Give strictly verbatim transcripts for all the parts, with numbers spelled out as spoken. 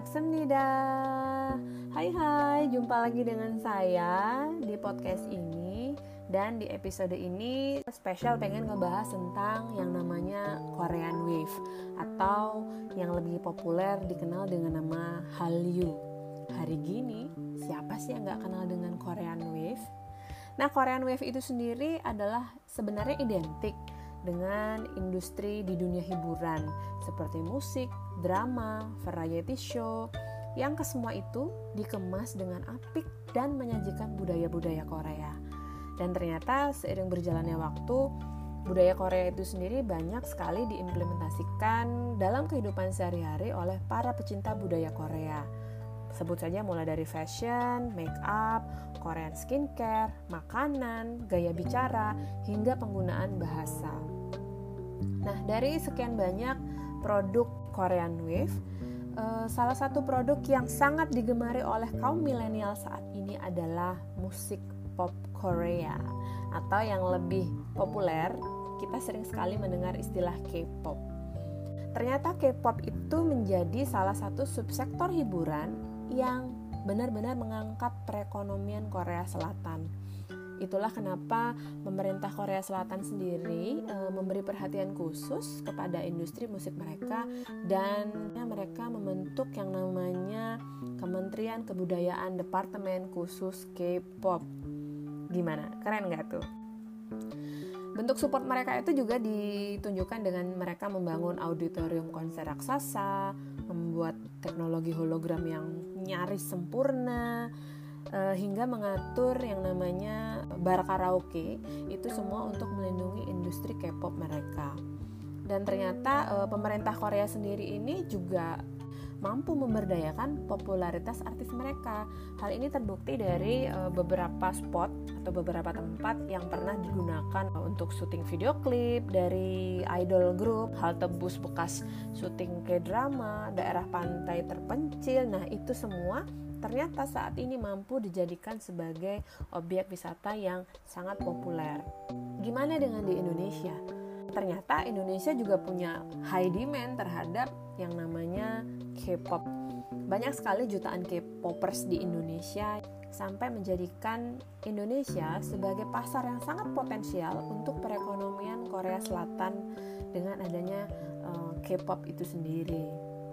Kamsahamnida. Hai hai, jumpa lagi dengan saya di podcast ini. Dan di episode ini spesial pengen ngebahas tentang yang namanya Korean Wave, atau yang lebih populer dikenal dengan nama Hallyu. Hari gini, siapa sih yang gak kenal dengan Korean Wave? Nah, Korean Wave itu sendiri adalah sebenarnya identik dengan industri di dunia hiburan seperti musik, drama, variety show, yang kesemua itu dikemas dengan apik dan menyajikan budaya-budaya Korea. Dan ternyata seiring berjalannya waktu, budaya Korea itu sendiri banyak sekali diimplementasikan dalam kehidupan sehari-hari oleh para pecinta budaya Korea. Sebut saja mulai dari fashion, make up, Korean skincare, makanan, gaya bicara, hingga penggunaan bahasa. Nah, dari sekian banyak produk Korean Wave, eh, salah satu produk yang sangat digemari oleh kaum milenial saat ini adalah musik pop Korea, atau yang lebih populer, kita sering sekali mendengar istilah K-pop. Ternyata K-pop itu menjadi salah satu subsektor hiburan yang benar-benar mengangkat perekonomian Korea Selatan. Itulah kenapa pemerintah Korea Selatan sendiri e, memberi perhatian khusus kepada industri musik mereka, dan mereka membentuk yang namanya Kementerian Kebudayaan Departemen Khusus K-pop. Gimana? Keren gak tuh? Bentuk support mereka itu juga ditunjukkan dengan mereka membangun auditorium konser raksasa, membuat teknologi hologram yang nyaris sempurna, eh, hingga mengatur yang namanya bar karaoke, itu semua untuk melindungi industri K-pop mereka. Dan ternyata eh, pemerintah Korea sendiri ini juga mampu memberdayakan popularitas artis mereka. Hal ini terbukti dari uh, beberapa spot atau beberapa tempat yang pernah digunakan untuk syuting video klip dari idol group, halte bus bekas syuting K-drama, daerah pantai terpencil. Nah, itu semua ternyata saat ini mampu dijadikan sebagai objek wisata yang sangat populer. Gimana dengan di Indonesia? Ternyata Indonesia juga punya high demand terhadap yang namanya K-pop. Banyak sekali jutaan K-popers di Indonesia, sampai menjadikan Indonesia sebagai pasar yang sangat potensial untuk perekonomian Korea Selatan dengan adanya uh, K-pop itu sendiri.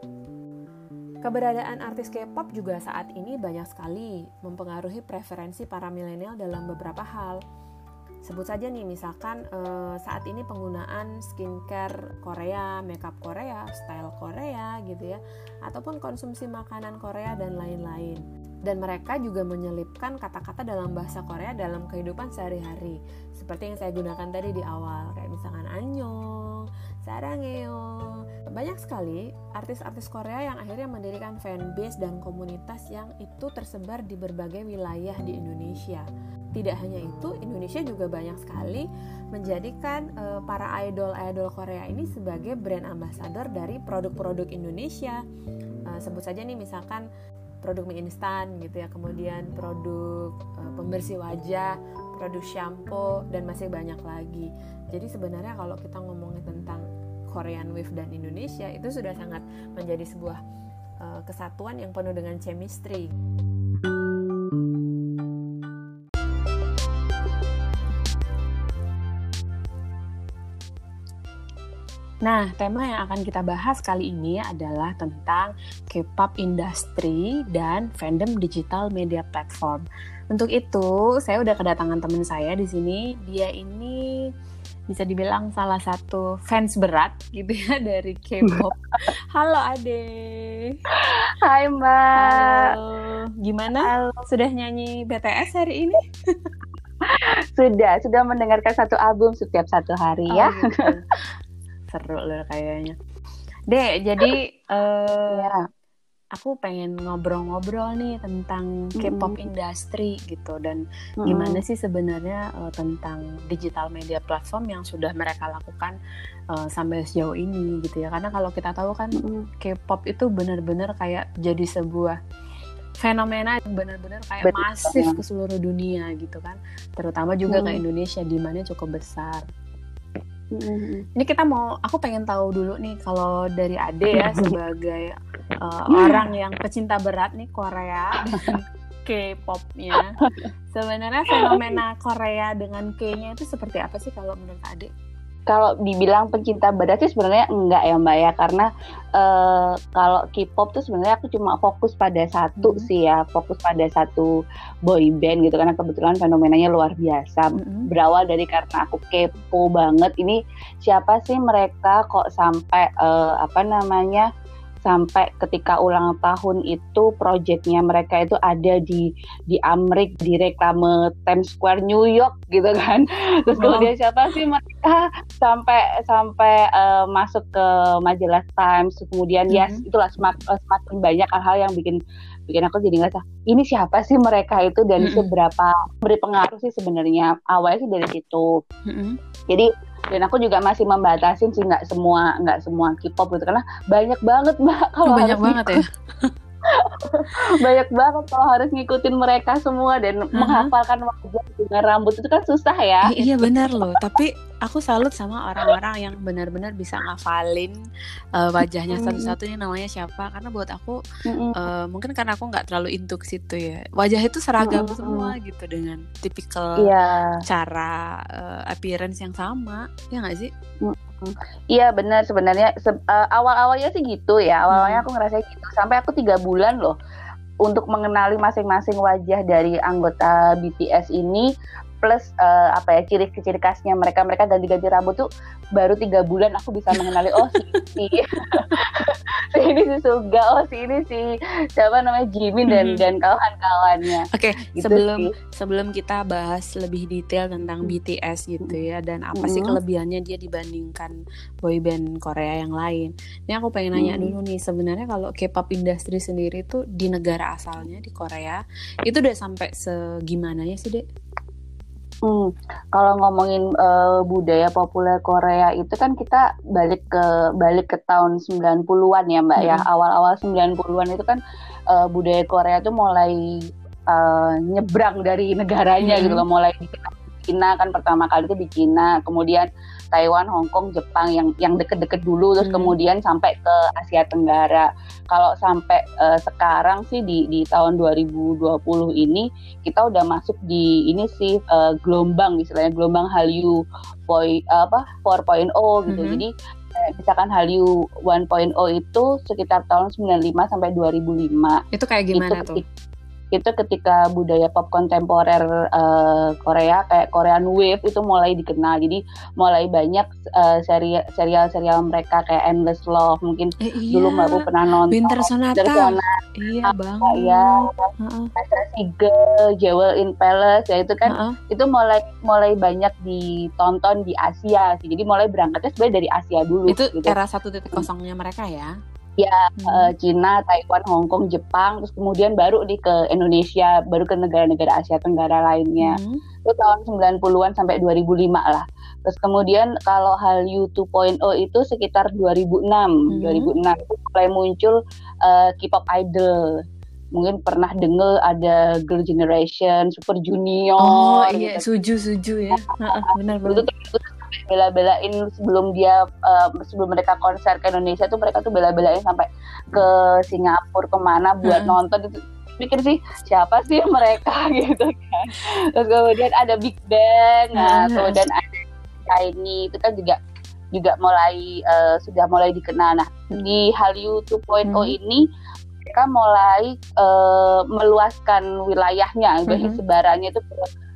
Keberadaan artis K-pop juga saat ini banyak sekali mempengaruhi preferensi para milenial dalam beberapa hal. Sebut saja nih, misalkan eh, saat ini penggunaan skincare Korea, makeup Korea, style Korea gitu ya, ataupun konsumsi makanan Korea dan lain-lain. Dan mereka juga menyelipkan kata-kata dalam bahasa Korea dalam kehidupan sehari-hari, seperti yang saya gunakan tadi di awal, kayak misalkan annyeong, saranghaeyo. Banyak sekali artis-artis Korea yang akhirnya mendirikan fanbase dan komunitas yang itu tersebar di berbagai wilayah di Indonesia. Tidak hanya itu, Indonesia juga banyak sekali menjadikan uh, para idol-idol Korea ini sebagai brand ambassador dari produk-produk Indonesia. Uh, sebut saja nih misalkan produk mie instan gitu ya, kemudian produk uh, pembersih wajah, produk shampoo, dan masih banyak lagi. Jadi sebenarnya kalau kita ngomongin tentang Korean Wave dan Indonesia, itu sudah sangat menjadi sebuah uh, kesatuan yang penuh dengan chemistry. Nah, tema yang akan kita bahas kali ini adalah tentang K-pop industry dan fandom digital media platform. Untuk itu, saya udah kedatangan teman saya di sini. Dia ini bisa dibilang salah satu fans berat gitu ya dari K-pop. Halo Ade. Hai Mbak. Halo. Gimana? Halo. Sudah nyanyi B T S hari ini? Sudah, sudah mendengarkan satu album setiap satu hari ya. Oh, gitu. Seru loh kayaknya. Dek, jadi uh, ya. aku pengen ngobrol-ngobrol nih tentang mm-hmm. K-pop industry gitu, dan mm-hmm. gimana sih sebenarnya uh, tentang digital media platform yang sudah mereka lakukan uh, sampai sejauh ini gitu ya. Karena kalau kita tahu kan mm-hmm. K-pop itu benar-benar kayak jadi sebuah fenomena benar-benar kayak Betul. masif ke seluruh dunia gitu kan. Terutama juga mm-hmm. ke Indonesia, di mana cukup besar. Mm-hmm. Ini kita mau, aku pengen tahu dulu nih kalau dari Ade ya sebagai uh, orang yang pecinta berat nih Korea dengan K-popnya. Sebenarnya fenomena Korea dengan K-nya itu seperti apa sih kalau menurut Ade? Kalau dibilang pencinta berat sih sebenarnya enggak ya Mbak ya, karena uh, kalau K-pop tuh sebenarnya aku cuma fokus pada satu mm-hmm. sih ya, fokus pada satu boy band gitu, karena kebetulan fenomenanya luar biasa. Mm-hmm. Berawal dari karena aku kepo banget, ini siapa sih mereka kok sampai uh, apa namanya sampai ketika ulang tahun itu proyeknya mereka itu ada di di Amrik, di reklame Times Square New York gitu kan. Terus kemudian siapa sih mereka sampai sampai uh, masuk ke majalah Times. Kemudian mm-hmm. yes itulah semak, semakin banyak hal-hal yang bikin bikin aku jadi ngerasa ini siapa sih mereka itu dan mm-hmm. seberapa berpengaruh sih sebenarnya. Awalnya sih dari situ. Mm-hmm. Jadi dan aku juga masih membatasin sih, nggak semua nggak semua K-pop gitu karena banyak banget Mbak kalau oh, banyak banget ya. Banyak banget kalau harus ngikutin mereka semua dan uh-huh. menghafalkan wajah dengan rambut itu kan susah ya. Eh, iya benar loh, tapi aku salut sama orang-orang yang benar-benar bisa ngafalin uh, wajahnya mm-hmm. satu-satu ini namanya siapa, karena buat aku mm-hmm. uh, mungkin karena aku nggak terlalu into ke situ ya, wajah itu seragam mm-hmm. semua gitu dengan tipikal yeah. cara uh, appearance yang sama, ya nggak sih? Mm-hmm. Iya benar sebenarnya se- uh, awal-awalnya sih gitu ya, awalnya aku ngerasa gitu sampai aku tiga bulan loh untuk mengenali masing-masing wajah dari anggota B T S ini, plus uh, apa ya ciri-ciri khasnya mereka mereka ganti-ganti rambut tuh baru tiga bulan aku bisa mengenali oh si si, si ini si Suga, oh si ini si siapa namanya Jimin dan mm-hmm. dan kawan-kawannya. Oke, okay, gitu sebelum sih. sebelum kita bahas lebih detail tentang B T S gitu ya dan apa mm-hmm. sih kelebihannya dia dibandingkan boyband Korea yang lain. Ini aku pengen nanya mm-hmm. dulu nih, sebenarnya kalau K-pop industry sendiri tuh di negara asalnya di Korea itu udah sampai segimananya sih, Dek? Hmm, kalau ngomongin uh, budaya populer Korea itu kan kita balik ke balik ke tahun sembilan puluhan ya Mbak hmm. ya. Awal-awal sembilan puluhan itu kan uh, budaya Korea itu mulai uh, nyebrang dari negaranya hmm. gitu loh, mulai di Cina kan pertama kali itu di Cina, kemudian Taiwan, Hong Kong, Jepang yang yang deket-deket dulu, terus hmm. kemudian sampai ke Asia Tenggara. Kalau sampai uh, sekarang sih di di tahun dua ribu dua puluh ini kita udah masuk di ini sih uh, gelombang istilahnya gelombang Hallyu point apa empat titik nol gitu. Hmm. Jadi misalkan Hallyu satu titik nol itu sekitar tahun sembilan puluh lima sampai dua ribu lima. Itu kayak gimana itu tuh? Itu ketika budaya pop kontemporer uh, Korea kayak Korean Wave itu mulai dikenal. Jadi mulai banyak uh, seri- serial-serial mereka kayak Endless Love, mungkin eh, iya. dulu Mbak Bu pernah nonton Winter Sonata. Winter Sonata. Iya banget. Ya, Fantasy Girl, Jewel in Palace ya itu kan uh-uh. itu mulai mulai banyak ditonton di Asia sih. Jadi mulai berangkatnya sebenarnya dari Asia dulu. Itu gitu. era satu titik kosongnya mereka ya. Ya, hmm. uh, Cina, Taiwan, Hong Kong, Jepang, terus kemudian baru di ke Indonesia, baru ke negara-negara Asia Tenggara lainnya. Hmm. Itu tahun sembilan puluhan sampai dua ribu lima lah. Terus kemudian kalau Hallyu dua titik nol itu sekitar dua ribu enam. Hmm. dua ribu enam itu mulai muncul uh, K-pop idol. Mungkin pernah dengar ada Girl Generation, Super Junior. Oh iya, gitu. Suju Suju ya. Benar-benar. Bela-belain sebelum dia uh, sebelum mereka konser ke Indonesia tuh mereka tuh bela-belain sampai ke Singapura kemana buat hmm. nonton itu. Pikir sih siapa sih mereka gitu kan. Terus kemudian ada Big Bang, nah, hmm. kemudian ada Shiny itu kan juga juga mulai uh, sudah mulai dikenal. Nah di Hallyu dua titik nol hmm. ini mereka mulai uh, meluaskan wilayahnya, hmm. jadi sebarannya itu ke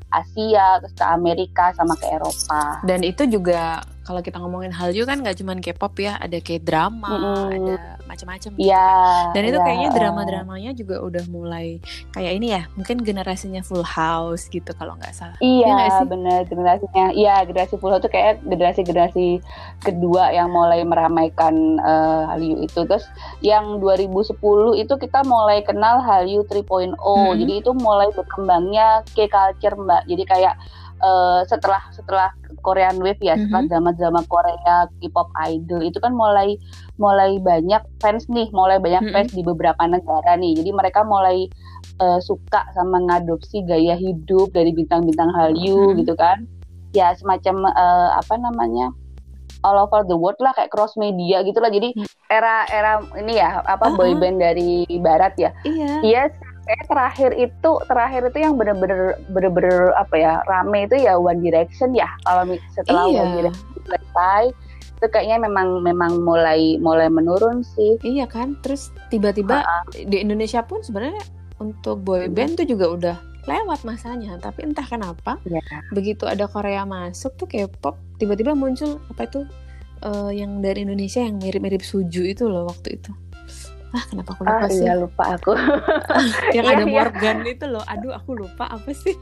Asia, terus ke Amerika, sama ke Eropa. Dan itu juga kalau kita ngomongin Hallyu kan nggak cuma K-pop ya, ada K-drama, mm-hmm. ada macam-macam. Iya. Dan itu ya, kayaknya drama-dramanya juga udah mulai kayak ini ya, mungkin generasinya Full House gitu kalau nggak salah. Iya, ya benar generasinya. Iya, generasi Full House itu kayak generasi-generasi kedua yang mulai meramaikan uh, Hallyu itu. Terus yang dua ribu sepuluh itu kita mulai kenal Hallyu tiga titik nol. Mm-hmm. Jadi itu mulai berkembangnya K-culture, Mbak. Jadi kayak uh, setelah setelah Korean Wave ya, mm-hmm. setelah drama-drama Korea, K-pop idol itu kan mulai mulai banyak fans nih, mulai banyak mm-hmm. fans di beberapa negara nih. Jadi mereka mulai uh, suka sama ngadopsi gaya hidup dari bintang-bintang Hallyu mm-hmm. gitu kan. Ya semacam uh, apa namanya? all over the world lah, kayak cross media gitu lah. Jadi era-era ini ya apa Uh-uh. boyband dari barat ya. Iya. Iya, kayak terakhir itu terakhir itu yang bener-bener bener-bener apa ya rame itu ya One Direction ya. Kalau setelah Iya. One Direction selesai itu kayaknya memang memang mulai mulai menurun sih. Iya kan, terus tiba-tiba uh-uh. di Indonesia pun sebenarnya untuk boyband tuh juga udah lewat masanya, tapi entah kenapa yeah. begitu ada Korea masuk tuh K-pop tiba-tiba muncul apa itu uh, yang dari Indonesia yang mirip-mirip Suju itu loh waktu itu. Ah kenapa aku lupa ah, sih? Iya lupa aku. Yang iya, ada iya. Morgan itu loh, aduh aku lupa apa sih?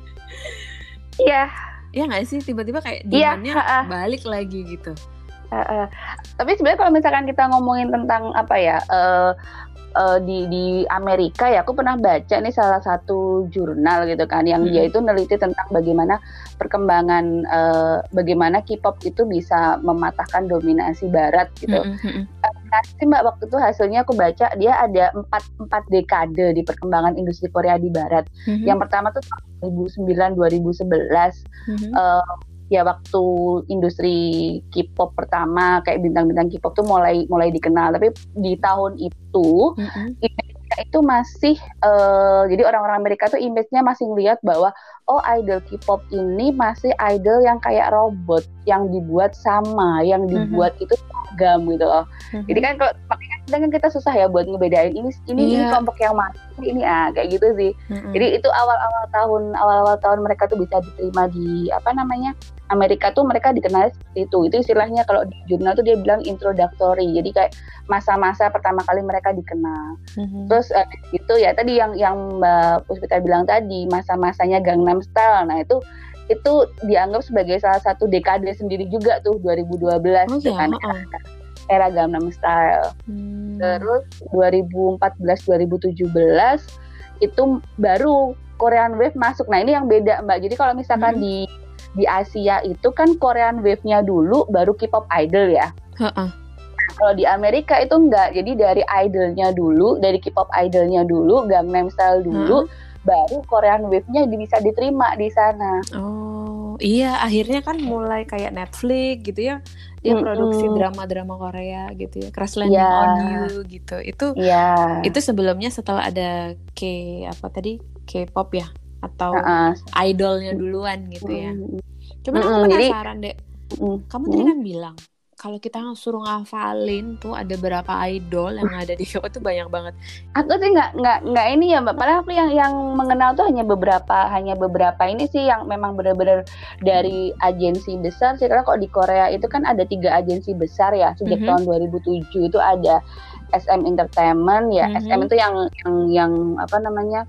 Iya. Iya nggak sih tiba-tiba kayak Iya, demandnya uh-uh. balik lagi gitu. Uh, uh. Tapi sebenarnya kalau misalkan kita ngomongin tentang apa ya uh, uh, di di Amerika ya, aku pernah baca nih salah satu jurnal gitu kan yang hmm. dia itu neliti tentang bagaimana perkembangan uh, bagaimana K-pop itu bisa mematahkan dominasi Barat gitu. Hmm. Nanti mbak waktu itu hasilnya aku baca dia ada empat empat dekade di perkembangan industri Korea di Barat. Hmm. Yang pertama tuh tahun dua ribu sembilan dua ribu sebelas. Hmm. Uh, ya waktu industri K-pop pertama kayak bintang-bintang K-pop tuh mulai mulai dikenal, tapi di tahun itu mm-hmm. image-nya itu masih uh, jadi orang-orang Amerika tuh image-nya masih ngelihat bahwa oh idol K-pop ini masih idol yang kayak robot yang dibuat sama, yang dibuat mm-hmm. itu seragam gitu loh. Mm-hmm. Jadi kan kalau makanya kan kita susah ya buat ngebedain ini ini, yeah. ini kelompok yang mana ini ah kayak gitu sih. Mm-hmm. Jadi itu awal-awal tahun awal-awal tahun mereka tuh bisa diterima di apa namanya Amerika tuh mereka dikenal seperti itu. Itu istilahnya kalau di jurnal tuh dia bilang introductory. Jadi kayak masa-masa pertama kali mereka dikenal. Mm-hmm. Terus uh, itu ya tadi yang yang Mbak Puspita bilang tadi masa-masanya Gangnam Style. Nah itu itu dianggap sebagai salah satu dekade sendiri juga tuh dua ribu dua belas oh, ya? Kan uh-uh. era Gangnam Style. Hmm. Terus dua ribu empat belas dua ribu tujuh belas itu baru Korean Wave masuk. Nah ini yang beda Mbak. Jadi kalau misalkan hmm. di di Asia itu kan Korean Wave-nya dulu baru K-pop idol ya. Uh-uh. Nah, kalau di Amerika itu enggak. Jadi dari idolnya dulu, dari K-pop idolnya dulu, Gangnam Style dulu, uh-huh. baru Korean Wave-nya bisa diterima di sana. Oh, iya akhirnya kan mulai kayak Netflix gitu ya. Dia mm-hmm. produksi drama-drama Korea gitu ya. Crash Landing yeah. on You gitu. Itu yeah. itu sebelumnya setelah ada K apa tadi? K-pop ya. Atau uh-uh. idolnya duluan gitu ya. Cuman mm-hmm. aku penasaran deh. Mm-hmm. Kamu tadi kan bilang kalau kita suruh ngafalin tuh ada berapa idol yang ada di K-pop tuh banyak banget. Aku sih nggak nggak nggak ini ya Mbak. Padahal aku yang yang mengenal tuh hanya beberapa hanya beberapa ini sih yang memang benar-benar dari agensi besar sih. Karena kok di Korea itu kan ada tiga agensi besar ya sejak mm-hmm. tahun dua ribu tujuh itu ada S M Entertainment ya. Mm-hmm. S M itu yang yang yang apa namanya?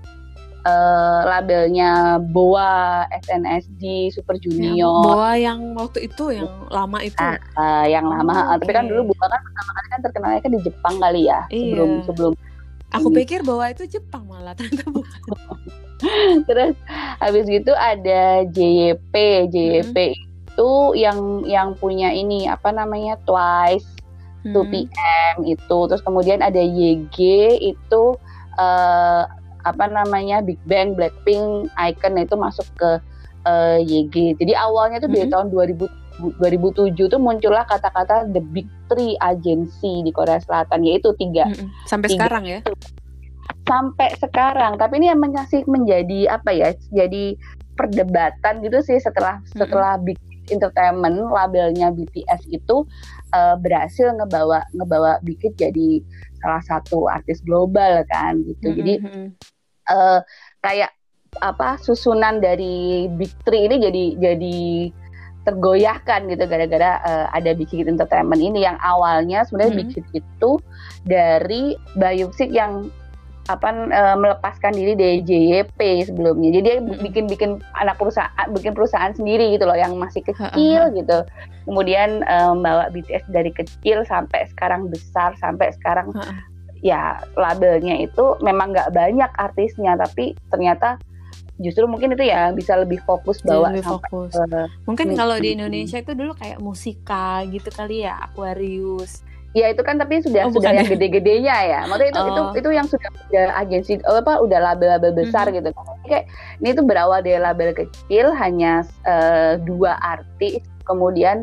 Uh, labelnya B O A, S N S D, Super Junior. Yang B O A yang waktu itu yang lama itu. Uh, uh, yang lama. Oh, okay. Tapi kan dulu B O A kan pertama kali kan terkenalnya kan di Jepang kali ya. Iya. Sebelum sebelum. Aku ini. Pikir B O A itu Jepang malah ternyata bukan. Terus habis gitu ada J Y P. J Y P mm-hmm. itu yang yang punya ini apa namanya Twice, mm-hmm. two P M itu. Terus kemudian ada Y G itu. Uh, apa namanya Big Bang, Blackpink, Icon itu masuk ke uh, Y G. Jadi awalnya tuh mm-hmm. dari tahun dua ribu, dua ribu tujuh tuh muncullah kata-kata the big three agency di Korea Selatan, yaitu tiga. Mm-hmm. Sampai tiga sekarang ya? Sampai sekarang. Tapi ini yang masih menjadi apa ya? Jadi perdebatan gitu sih setelah mm-hmm. setelah Big Entertainment labelnya B T S itu uh, berhasil ngebawa ngebawa Big Hit jadi salah satu artis global kan gitu. Mm-hmm. Jadi uh, kayak apa susunan dari Big Three ini jadi jadi tergoyahkan gitu gara-gara uh, ada Big Hit Entertainment ini yang awalnya sebenarnya mm-hmm. Big Hit itu dari Bayongsik yang apa uh, melepaskan diri dari J Y P sebelumnya. Jadi dia mm-hmm. bikin-bikin anak perusahaan, bikin perusahaan sendiri gitu loh yang masih kecil uh-huh. gitu. Kemudian um, bawa B T S dari kecil sampai sekarang besar, sampai sekarang uh-huh. ya labelnya itu memang nggak banyak artisnya, tapi ternyata justru mungkin itu ya bisa lebih fokus bawa lebih sampai fokus. Ke, mungkin kalau di Indonesia itu dulu kayak Musika gitu kali ya, Aquarius. Ya itu kan tapi sudah oh, sudah yang ya? Gede-gedenya ya. Maksudnya itu oh. itu itu yang sudah sudah agensi apa udah label-label besar mm-hmm. gitu. Kayak ini tuh berawal dari label kecil hanya uh, dua artis, kemudian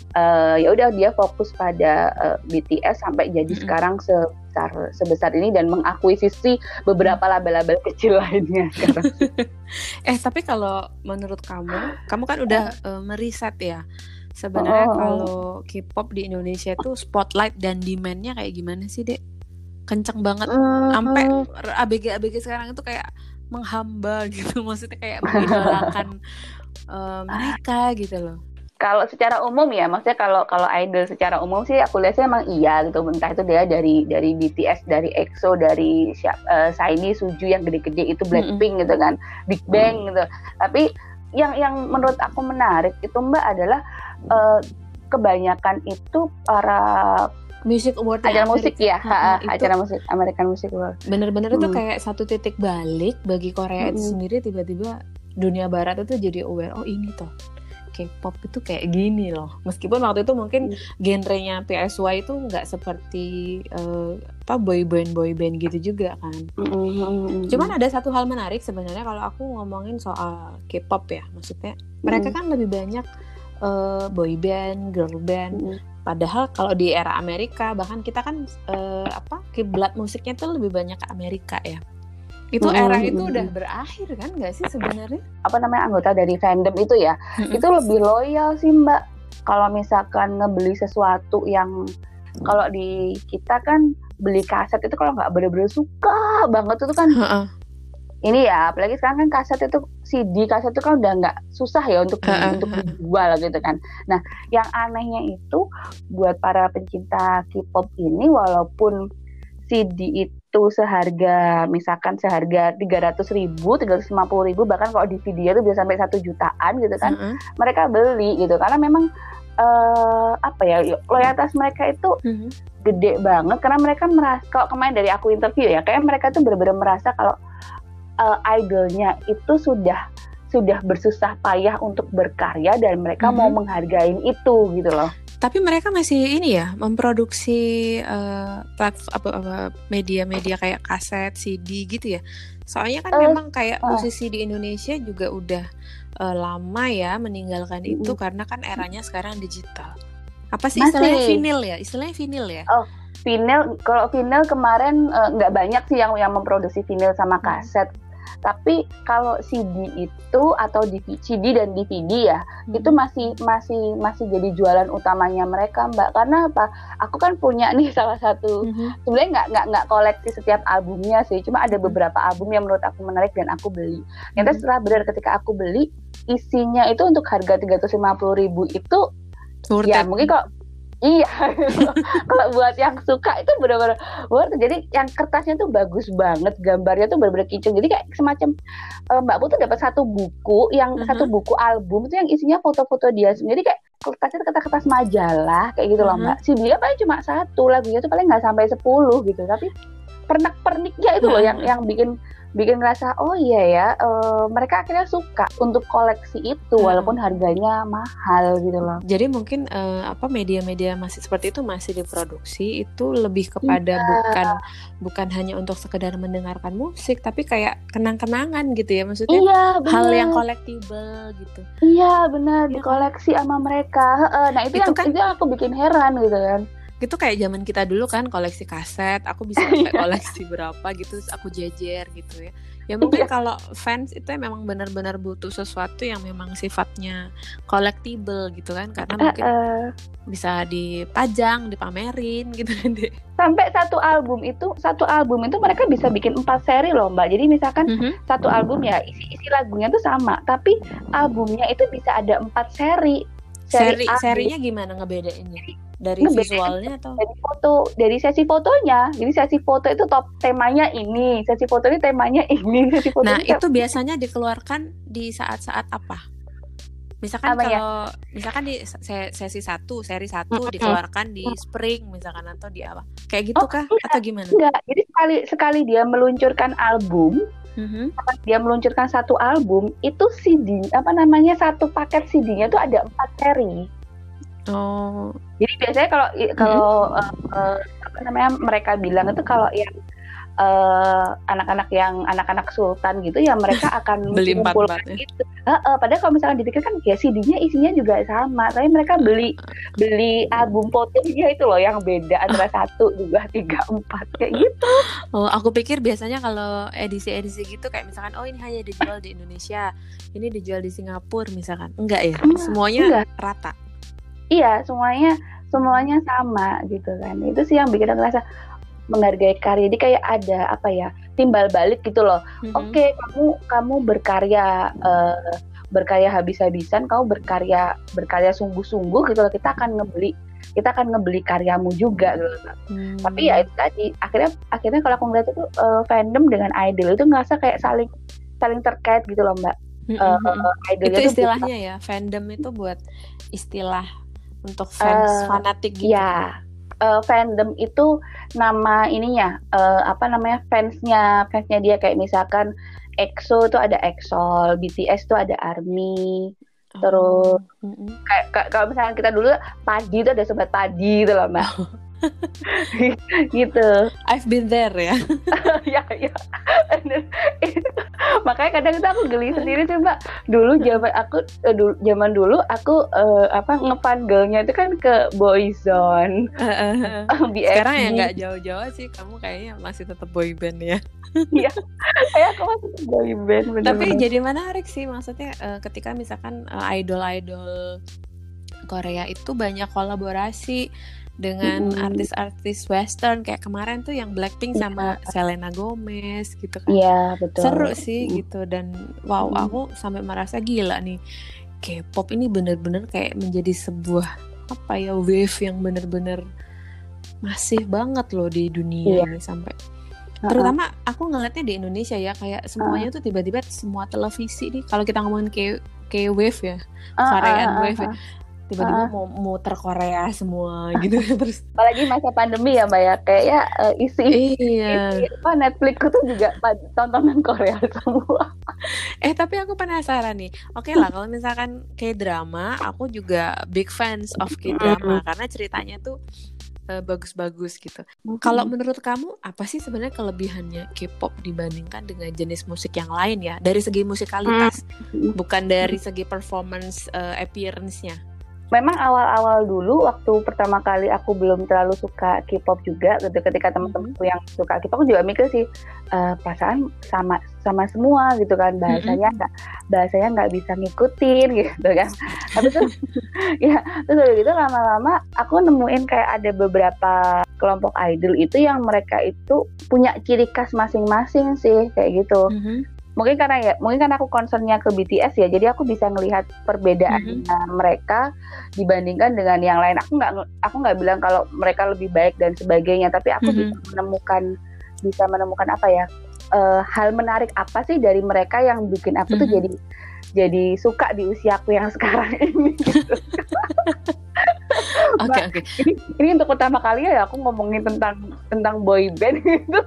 uh, ya udah dia fokus pada uh, B T S sampai jadi mm-hmm. sekarang sebesar sebesar ini dan mengakuisisi beberapa label-label kecil lainnya sekarang. eh tapi kalau menurut kamu, kamu kan udah uh, meriset ya. Sebenarnya oh, kalau K-pop di Indonesia itu spotlight dan demand-nya kayak gimana sih, Dek? Kenceng banget uh, sampai A B G A B G sekarang itu kayak menghamba gitu, maksudnya kayak mengidolakan uh, mereka gitu loh. Kalau secara umum ya, maksudnya kalau kalau idol secara umum sih aku lihat sih emang iya gitu, entah itu dia dari dari B T S, dari EXO, dari uh, SHINee, Suju yang gede-gede itu Blackpink mm-hmm. gitu kan, Big Bang gitu. Tapi yang yang menurut aku menarik itu Mbak adalah uh, kebanyakan itu para Music Award acara musik ya, ha, ha, acara musik American Music Award. Bener-bener hmm. itu kayak satu titik balik bagi Korea hmm. itu sendiri, tiba-tiba dunia barat itu jadi aware, oh ini toh K-pop itu kayak gini loh. Meskipun waktu itu mungkin hmm. genrenya P S Y itu nggak seperti uh, apa boy band boy band gitu juga kan. Hmm. Cuman ada satu hal menarik sebenarnya kalau aku ngomongin soal K-pop ya, maksudnya hmm. mereka kan lebih banyak uh, boy band, girl band. Hmm. Padahal kalau di era Amerika bahkan kita kan uh, apa kiblat musiknya tuh lebih banyak ke Amerika ya. Itu era mm-hmm. itu udah berakhir kan nggak sih sebenarnya? Apa namanya anggota dari fandom itu ya, mm-hmm. itu lebih loyal sih Mbak. Kalau misalkan ngebeli sesuatu yang kalau di kita kan beli kaset itu kalau nggak bener-bener suka banget itu kan. Uh-uh. Ini ya, apalagi sekarang kan kaset itu C D kaset itu kan udah nggak susah ya untuk uh, untuk dijual gitu kan. Nah, yang anehnya itu buat para pencinta K-pop ini, walaupun C D itu seharga misalkan seharga tiga ratus ribu, tiga ratus lima puluh ribu, bahkan kalau di video itu bisa sampai satu jutaan gitu kan, uh-uh. mereka beli gitu karena memang uh, apa ya loyalitas mereka itu uh-huh. gede banget karena mereka merasa, kalau kemarin dari aku interview ya, kayak mereka tuh benar-benar merasa kalau Uh, idolnya itu sudah sudah bersusah payah untuk berkarya dan mereka mm-hmm. mau menghargain itu gitu loh. Tapi mereka masih ini ya memproduksi uh, platform apa, apa media-media kayak kaset, C D gitu ya. Soalnya kan uh, memang kayak uh. musisi di Indonesia juga udah uh, lama ya meninggalkan mm-hmm. itu karena kan eranya sekarang digital. Apa sih masih. Istilahnya vinyl ya? Istilahnya vinyl ya? Oh. Vinyl, kalau vinyl kemarin nggak uh, banyak sih yang yang memproduksi vinyl sama kaset. Hmm. Tapi kalau C D itu atau D V D, C D dan D V D ya, hmm. itu masih masih masih jadi jualan utamanya mereka Mbak. Karena apa? Aku kan punya nih salah satu, hmm. sebenarnya nggak nggak nggak koleksi setiap albumnya sih, cuma ada beberapa album yang menurut aku menarik dan aku beli. Ternyata hmm. setelah benar ketika aku beli, isinya itu untuk harga tiga ratus lima puluh ribu itu, Urten. ya mungkin kok. Iya, kalau buat yang suka itu benar-benar worth. Jadi yang kertasnya tuh bagus banget, gambarnya tuh benar-benar kicau. Jadi kayak semacam uh, Mbak Bu tuh dapat satu buku, yang uh-huh. satu buku album itu yang isinya foto-foto dia sendiri, kayak kertasnya kertas-kertas majalah kayak gitu loh uh-huh. Mbak. Si dia paling cuma satu, lagunya tuh paling nggak sampai sepuluh gitu, tapi pernak-perniknya itu loh uh-huh. yang yang bikin bikin ngerasa oh iya ya uh, mereka akhirnya suka untuk koleksi itu hmm. walaupun harganya mahal gitu loh. Jadi mungkin uh, apa media-media masih seperti itu masih diproduksi itu lebih kepada iya. bukan bukan hanya untuk sekedar mendengarkan musik tapi kayak kenang-kenangan gitu ya, maksudnya iya, hal yang collectible gitu. Iya benar ya, dikoleksi kan? Sama mereka. Uh, nah itu, itu yang kan, itu yang aku bikin heran gitu kan. Gitu kayak zaman kita dulu kan koleksi kaset, aku bisa sampai koleksi berapa gitu, terus aku jejer gitu ya. Ya mungkin kalau fans itu memang benar-benar butuh sesuatu yang memang sifatnya collectible gitu kan, karena mungkin uh, uh. bisa dipajang, dipamerin gitu kan deh. Sampai satu album itu, satu album itu mereka bisa bikin empat seri loh Mbak. Jadi misalkan uh-huh. satu album ya isi-isi lagunya tuh sama, tapi albumnya itu bisa ada empat seri. Seri, seri serinya gimana ngebedainnya? Dari ngebedain visualnya atau dari foto, dari sesi fotonya. Jadi sesi foto itu top temanya ini, sesi foto ini temanya ini, sesi foto. Nah, itu tem- biasanya dikeluarkan di saat-saat apa? Misalkan apa kalau ya? Misalkan di sesi satu, seri satu mm-hmm. dikeluarkan di spring misalkan atau di apa? Kayak gitu oh, kah enggak, atau gimana? Enggak. Jadi sekali sekali dia meluncurkan album, mm-hmm. dia meluncurkan satu album, itu C D, apa namanya, satu paket C D-nya itu ada empat seri. Oh. Jadi biasanya kalau kalau mm-hmm. uh, uh, apa namanya mereka bilang itu kalau yang uh, anak-anak yang anak-anak sultan gitu ya mereka akan beli mengumpulkan empat-empatnya. itu. Uh, uh, padahal kalau misalkan dipikir kan ya C D-nya isinya juga sama, tapi mereka beli beli album fotonya itu loh yang beda antara satu, dua, tiga, empat kayak gitu. Oh, aku pikir biasanya kalau edisi-edisi gitu kayak misalkan oh ini hanya dijual di Indonesia, ini dijual di Singapura misalkan. Enggak ya? Enggak, Semuanya enggak. rata. Iya, semuanya semuanya sama gitu kan. Itu sih yang bikin aku ngerasa menghargai karya. Jadi kayak ada apa ya, timbal balik gitu loh. Mm-hmm. Oke, kamu kamu berkarya uh, berkarya habis-habisan, kamu berkarya berkarya sungguh-sungguh gitu loh. Kita akan ngebeli kita akan ngebeli karyamu juga gitu. Hmm. Tapi ya itu tadi akhirnya akhirnya kalau aku ngeliat itu uh, fandom dengan idol itu ngerasa kayak saling saling terkait gitu loh Mbak. Mm-hmm. Uh, itu istilahnya itu ya, fandom itu buat istilah untuk fans uh, fanatik gitu. Ya. Uh, fandom itu nama ininya uh, apa namanya fansnya fansnya dia kayak misalkan EXO itu ada EXO, B T S itu ada ARMY, oh. terus mm-hmm. kayak, kayak kalau misalkan kita dulu Padi itu ada sobat Padi gitu loh Mbak. Gitu. I've been there ya. Ya ya. Makanya kadang itu aku geli sendiri sih Mbak. Dulu zaman aku uh, dulu, zaman dulu aku uh, apa ngefan girlnya itu kan ke Boyzone. Uh, uh, uh. Sekarang ya nggak jauh-jauh sih, kamu kayaknya masih tetap boyband ya. Iya. Kayak aku masih boyband. Tapi jadi menarik sih maksudnya uh, ketika misalkan uh, idol-idol Korea itu banyak kolaborasi dengan mm-hmm. artis-artis western kayak kemarin tuh yang Blackpink yeah. sama Selena Gomez gitu kan. Iya, yeah, betul. Seru sih mm-hmm. gitu dan wow mm-hmm. aku sampai merasa gila nih. K-pop ini bener-bener kayak menjadi sebuah apa ya wave yang bener-bener masif banget loh di dunia yeah. ini sampai uh-huh. terutama aku ngeliatnya di Indonesia ya kayak semuanya uh-huh. tuh tiba-tiba semua televisi nih kalau kita ngomongin K K-wave ya, Korean uh-huh. wave ya. Tiba-tiba uh. mau muter Korea semua gitu terus apalagi masa pandemi ya Mbak ya kayaknya uh, isi iya. isi apa Netflixku tuh juga tontonan Korea semua. Eh tapi aku penasaran nih. Oke okay lah kalau misalkan K-drama aku juga big fans of K-drama mm-hmm. karena ceritanya tuh uh, bagus-bagus gitu. Mm-hmm. Kalau menurut kamu apa sih sebenarnya kelebihannya K-pop dibandingkan dengan jenis musik yang lain ya dari segi musikalitas mm-hmm. bukan dari segi performance uh, appearance-nya? Memang awal-awal dulu waktu pertama kali aku belum terlalu suka K-pop juga gitu ketika teman-temanku yang suka K-pop aku juga mikir sih uh, perasaan sama sama semua gitu kan bahasanya nggak mm-hmm. bahasanya nggak bisa ngikutin gitu kan tapi tuh ya terus udah gitu lama-lama aku nemuin kayak ada beberapa kelompok idol itu yang mereka itu punya ciri khas masing-masing sih kayak gitu. Mm-hmm. Mungkin karena ya, mungkin karena aku concernnya ke B T S ya, jadi aku bisa ngelihat perbedaan mm-hmm. mereka dibandingkan dengan yang lain. Aku nggak, aku nggak bilang kalau mereka lebih baik dan sebagainya, tapi aku mm-hmm. bisa menemukan, bisa menemukan apa ya, uh, hal menarik apa sih dari mereka yang bikin aku mm-hmm. tuh jadi, jadi suka di usiaku yang sekarang ini. Gitu. Oke okay, oke. Okay. Ini, ini untuk pertama kali ya aku ngomongin tentang tentang boy band gitu.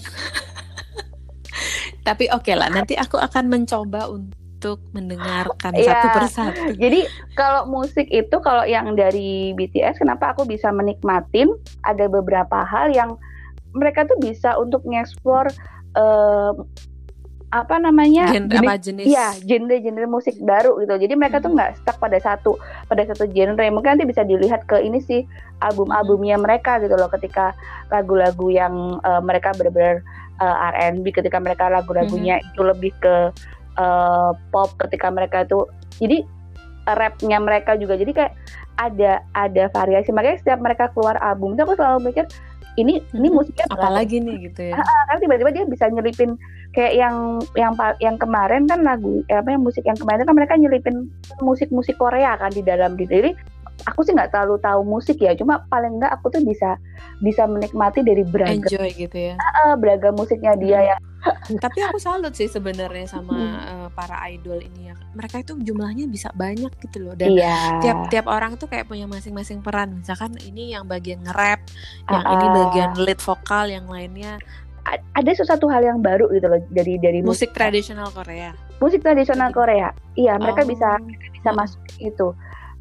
Tapi oke okay lah, nanti aku akan mencoba untuk mendengarkan ya, satu persatu. Jadi kalau musik itu, kalau yang dari B T S, kenapa aku bisa menikmatin, ada beberapa hal yang mereka tuh bisa untuk nge-explore uh, apa namanya genre, jenis, apa jenis? Ya, genre-genre musik baru gitu. Jadi mereka hmm. tuh nggak stuck pada satu pada satu genre. Mungkin nanti bisa dilihat ke ini sih album-albumnya mereka gitu loh. Ketika lagu-lagu yang uh, mereka benar-benar uh, R and B, ketika mereka lagu-lagunya hmm. itu lebih ke uh, pop, ketika mereka itu jadi uh, rapnya mereka juga. Jadi kayak ada ada variasi. Makanya setiap mereka keluar album itu aku selalu mikir ini hmm. ini musiknya apalagi nih gitu ya. Karena tiba-tiba dia bisa nyelipin kayak yang yang yang kemarin kan lagu apa yang musik yang kemarin kan mereka nyelipin musik-musik Korea kan di dalam gitu. Jadi aku sih nggak terlalu tahu musik ya, cuma paling nggak aku tuh bisa bisa menikmati dari beragam enjoy gitu ya. Uh, beragam musiknya dia hmm. ya. Tapi aku salut sih sebenarnya sama hmm. uh, para idol ini ya. Mereka itu jumlahnya bisa banyak gitu loh. Dan iya. tiap tiap orang tuh kayak punya masing-masing peran. Misalkan ini yang bagian nge-rap, yang uh, ini bagian lead vokal, yang lainnya. Ada sesuatu hal yang baru gitu loh dari dari musik, musik tradisional Korea. Musik tradisional gitu. Korea. Iya, mereka oh. bisa bisa hmm. masuk itu.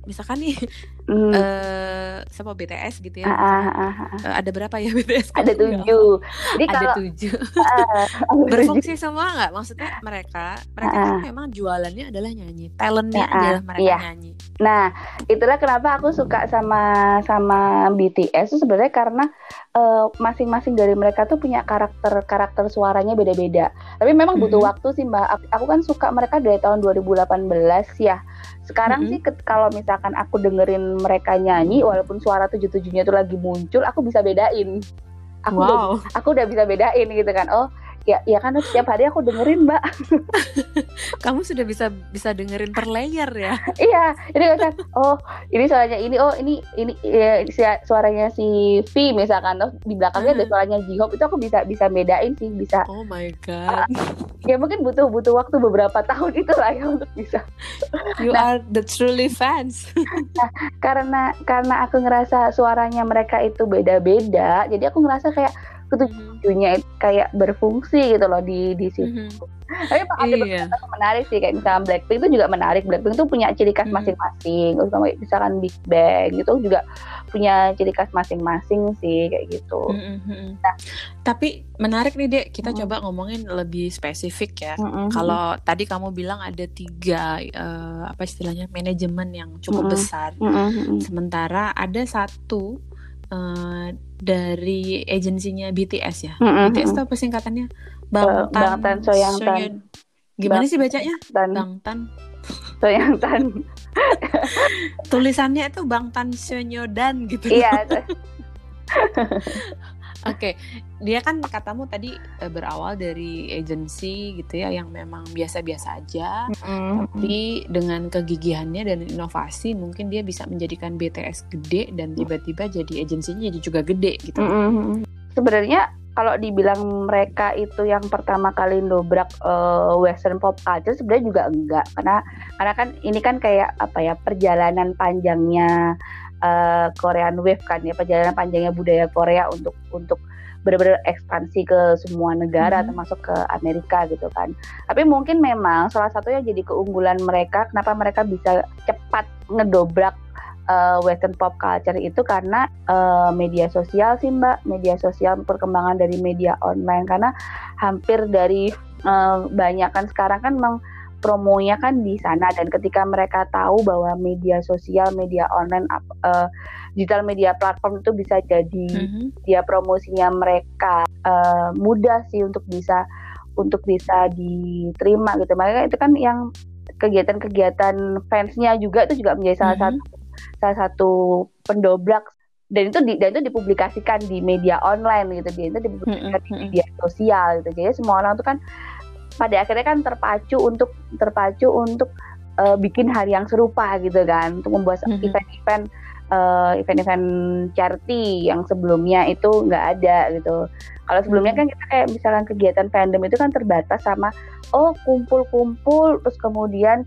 misalkan nih Hmm. eh siapa B T S gitu ya, Ah, ah, misalnya. ah, ah. Eh, ada berapa ya B T S? Ada Aku nggak hafal. tujuh. Jadi Ada kalau tujuh. ah, ada tujuh. Berfungsi semua nggak? Maksudnya mereka, mereka kan Ah, ah. memang jualannya adalah nyanyi, talentnya Ah, ah. adalah mereka Iya. nyanyi. Nah, itulah kenapa aku suka sama sama B T S itu sebenarnya karena eh, masing-masing dari mereka tuh punya karakter karakter suaranya beda-beda. Tapi memang butuh Mhm. waktu sih Mbak. Aku, aku kan suka mereka dari tahun dua ribu delapan belas ya. Sekarang Mhm. sih ket- kalau misalkan aku dengerin mereka nyanyi, walaupun suara tujuh-tujuhnya tuh lagi muncul, aku bisa bedain. Aku udah Wow. aku udah bisa bedain gitu kan. Oh, ya ya kan setiap hari aku dengerin Mbak. Kamu sudah bisa bisa dengerin per layer ya. Iya, ini kan, oh ini suaranya ini, oh ini ini ya, si- suaranya si V misalkan, oh di belakangnya ada Mhm. suaranya J-Hope, itu aku bisa bisa bedain sih, bisa. Oh my god. Ya mungkin butuh butuh waktu beberapa tahun itu lah ya untuk bisa. You Nah. are the truly fans. Karena karena aku ngerasa suaranya mereka itu beda-beda, jadi aku ngerasa kayak Mhm. ketujuhnya itu kayak berfungsi gitu loh di di situ. Mhm. Tapi emang ada Iya. beberapa yang menarik sih, kayak misalnya Blackpink itu juga menarik. Blackpink itu punya ciri khas Mhm. masing-masing. Terus sama misalkan Big Bang gitu juga punya ciri khas masing-masing sih kayak gitu. Mhm, mhm. Nah. Tapi menarik nih Dek, kita Mhm. coba ngomongin lebih spesifik ya. Mm-mm. Kalau tadi kamu bilang ada tiga eh, apa istilahnya manajemen yang cukup Mm-mm. besar, Mm-mm. sementara ada satu eh, dari agensinya B T S ya. Mm-mm. B T S itu apa singkatannya? Bangtan Bangtan Soyangtan. Sonyo- Gimana sih bacanya? Dan Bangtan. Soyangtan. Tulisannya itu Bangtan Sonyodan gitu. Iya. Oke, dia kan katamu tadi eh, berawal dari agensi gitu ya yang memang biasa-biasa aja, Mm-mm. tapi dengan kegigihannya dan inovasi mungkin dia bisa menjadikan B T S gede dan tiba-tiba jadi agensinya jadi juga gede gitu. Mm-mm. Sebenarnya kalau dibilang mereka itu yang pertama kali dobrak uh, western pop culture, sebenarnya juga enggak, karena karena kan ini kan kayak apa ya, perjalanan panjangnya uh, Korean Wave kan ya, perjalanan panjangnya budaya Korea untuk untuk benar-benar ekspansi ke semua negara, Mhm. termasuk ke Amerika gitu kan. Tapi mungkin memang salah satunya jadi keunggulan mereka, kenapa mereka bisa cepat ngedobrak Uh, western pop culture itu karena uh, media sosial sih Mbak, media sosial, perkembangan dari media online, karena hampir dari uh, banyak kan sekarang kan memang promonya kan di sana, dan ketika mereka tahu bahwa media sosial, media online, uh, digital media platform itu bisa jadi Mhm. dia promosinya mereka, uh, mudah sih untuk bisa untuk bisa diterima gitu. Makanya itu kan yang kegiatan-kegiatan fansnya juga itu juga menjadi salah Mhm. satu salah satu pendobrak, dan itu di, dan itu dipublikasikan di media online gitu, dia itu dipublikasikan Mhm. di media sosial gitu. Jadi semua orang tuh kan pada akhirnya kan terpacu untuk terpacu untuk uh, bikin hal yang serupa gitu kan, untuk membuat Mhm. event-event uh, event-event charity yang sebelumnya itu nggak ada gitu. Kalau sebelumnya kan kita kayak misalkan kegiatan fandom itu kan terbatas sama oh kumpul-kumpul terus kemudian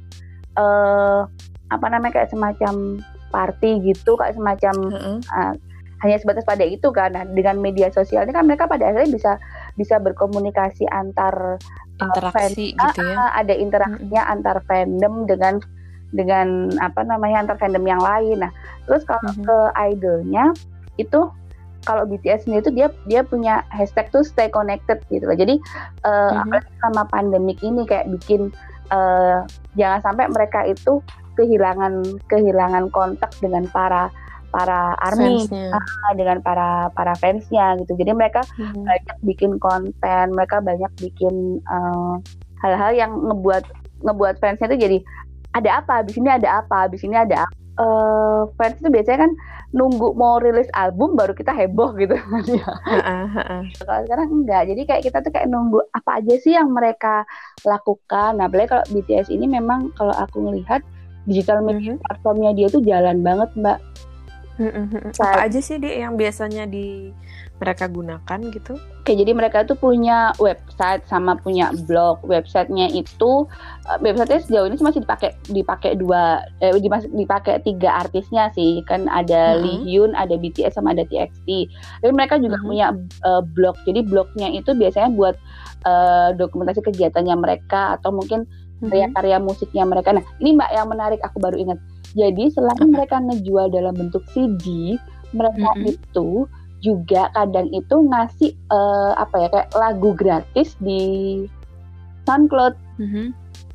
uh, apa namanya kayak semacam party gitu, kayak semacam Mhm. uh, hanya sebatas pada itu kan. Nah, dengan media sosial ini kan mereka pada akhirnya bisa bisa berkomunikasi antar Interaksi fan, gitu ya. ah, ada interaksinya Mhm. antar fandom dengan dengan apa namanya antar fandom yang lain. Nah, terus kalau Mhm. ke idolnya itu, kalau B T S sendiri itu dia dia punya hashtag tuh stay connected gitu loh. Jadi uh, Mhm. apalagi sama pandemik ini kayak bikin uh, jangan sampai mereka itu kehilangan kehilangan kontak dengan para para army, Fansnya. ah, dengan para para fansnya gitu. Jadi mereka Mhm. banyak bikin konten, mereka banyak bikin uh, hal-hal yang ngebuat ngebuat fansnya itu jadi ada apa, abis ini ada apa, abis ini ada apa. Uh, fans itu biasanya kan nunggu mau rilis album baru kita heboh gitu kan ya. Heeh, heeh. Kalau sekarang enggak, jadi kayak kita tuh kayak nunggu apa aja sih yang mereka lakukan. Nah, apalagi kalau B T S ini memang kalau aku ngelihat digital media Mhm. platformnya dia tuh jalan banget Mbak. Mhm. Saat- Apa aja sih Dek yang biasanya di mereka gunakan gitu? Oke, jadi mereka tuh punya website sama punya blog. Websitenya itu, uh, websitenya sejauh ini sih masih dipakai dipakai dua, eh, dimas- dipakai tiga artisnya sih. Kan ada Mhm. Lee Hyun, ada B T S sama ada T X T. Tapi mereka juga Mhm. punya uh, blog. Jadi blognya itu biasanya buat uh, dokumentasi kegiatannya mereka atau mungkin Mhm. karya-karya musiknya mereka. Nah, ini Mbak yang menarik, aku baru ingat. Jadi selain mereka ngejual dalam bentuk C D, mereka Mm-mm. itu juga kadang itu ngasih uh, apa ya kayak lagu gratis di SoundCloud. Mm-hmm.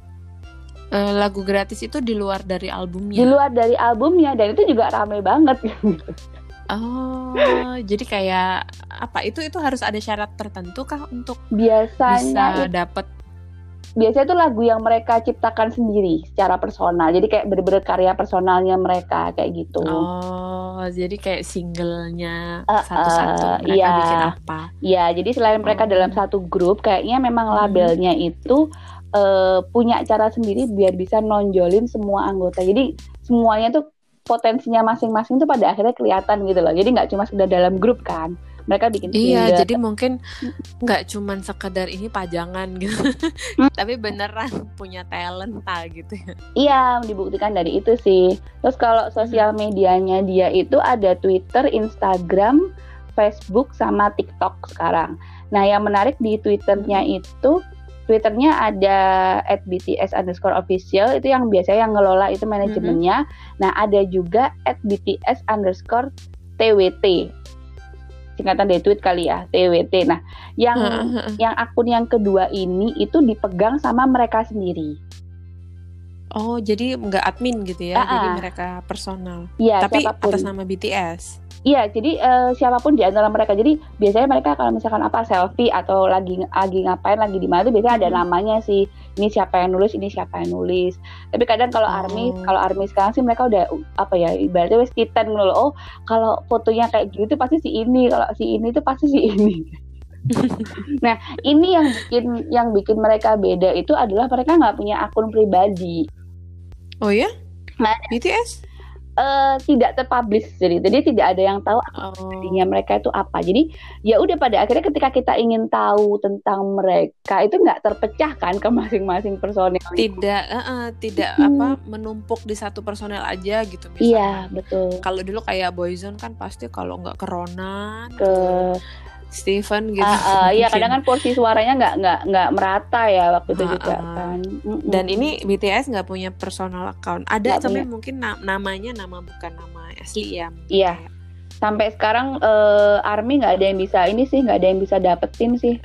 Uh, lagu gratis itu di luar dari albumnya. Di luar dari albumnya, dan itu juga rame banget. Oh, jadi kayak apa? Itu itu harus ada syarat tertentu kah untuk biasanya bisa dapat? Biasanya itu lagu yang mereka ciptakan sendiri secara personal. Jadi kayak bener-bener karya personalnya mereka kayak gitu. Oh, jadi kayak singlenya uh, satu-satu uh, mereka iya. bikin apa? Iya, jadi selain mereka oh. dalam satu grup, kayaknya memang labelnya hmm. itu uh, punya cara sendiri biar bisa nonjolin semua anggota. Jadi semuanya tuh potensinya masing-masing tuh pada akhirnya kelihatan gitu loh. Jadi nggak cuma sudah dalam grup kan. Mereka bikin iya, single. Jadi mungkin nggak cuman sekedar ini pajangan gitu, hmm. tapi beneran punya talenta gitu ya. Iya, dibuktikan dari itu sih. Terus kalau sosial medianya dia itu ada Twitter, Instagram, Facebook, sama TikTok sekarang. Nah, yang menarik di Twitternya itu, Twitternya ada at b t s underscore official, itu yang biasanya yang ngelola itu manajemennya. Mm-hmm. Nah, ada juga at b t s underscore t w t. Singkatan dari tweet kali ya, T W T. Nah, yang yang akun yang kedua ini itu dipegang sama mereka sendiri. Oh, jadi nggak admin gitu ya? Uh-uh. Jadi mereka personal. Iya, tapi siapapun. Atas nama B T S. Iya, jadi uh, siapapun di antara mereka. Jadi biasanya mereka kalau misalkan apa selfie atau lagi lagi ngapain, lagi di mana tuh biasanya hmm. ada namanya sih. Ini siapa yang nulis, ini siapa yang nulis. Tapi kadang kalau oh. ARMY, kalau ARMY sekarang sih mereka udah apa ya, ibaratnya wes titan gitu loh. Oh, kalau fotonya kayak gitu pasti si ini, kalau si ini tuh pasti si ini. Nah, ini yang bikin yang bikin mereka beda itu adalah mereka nggak punya akun pribadi. Oh ya? Nah, B T S? Uh, tidak terpublish, jadi jadi tidak ada yang tahu artinya oh. mereka itu apa. Jadi ya udah pada akhirnya ketika kita ingin tahu tentang mereka itu nggak terpecahkan ke masing-masing personel. Tidak, uh, uh, tidak hmm. apa menumpuk di satu personel aja gitu misalnya. Iya betul. Kalau dulu kayak Boyzone kan pasti kalau nggak ke Ronan, ke Steven gitu. Uh, uh, iya kadang kan porsi suaranya nggak nggak nggak merata ya waktu itu uh, juga uh. kan. Mm-mm. Dan ini B T S nggak punya personal account. Ada gak tapi punya. Mungkin na- namanya nama bukan nama asli ya. Iya. Sampai sekarang uh, ARMY nggak ada yang bisa ini sih, nggak ada yang bisa dapetin sih.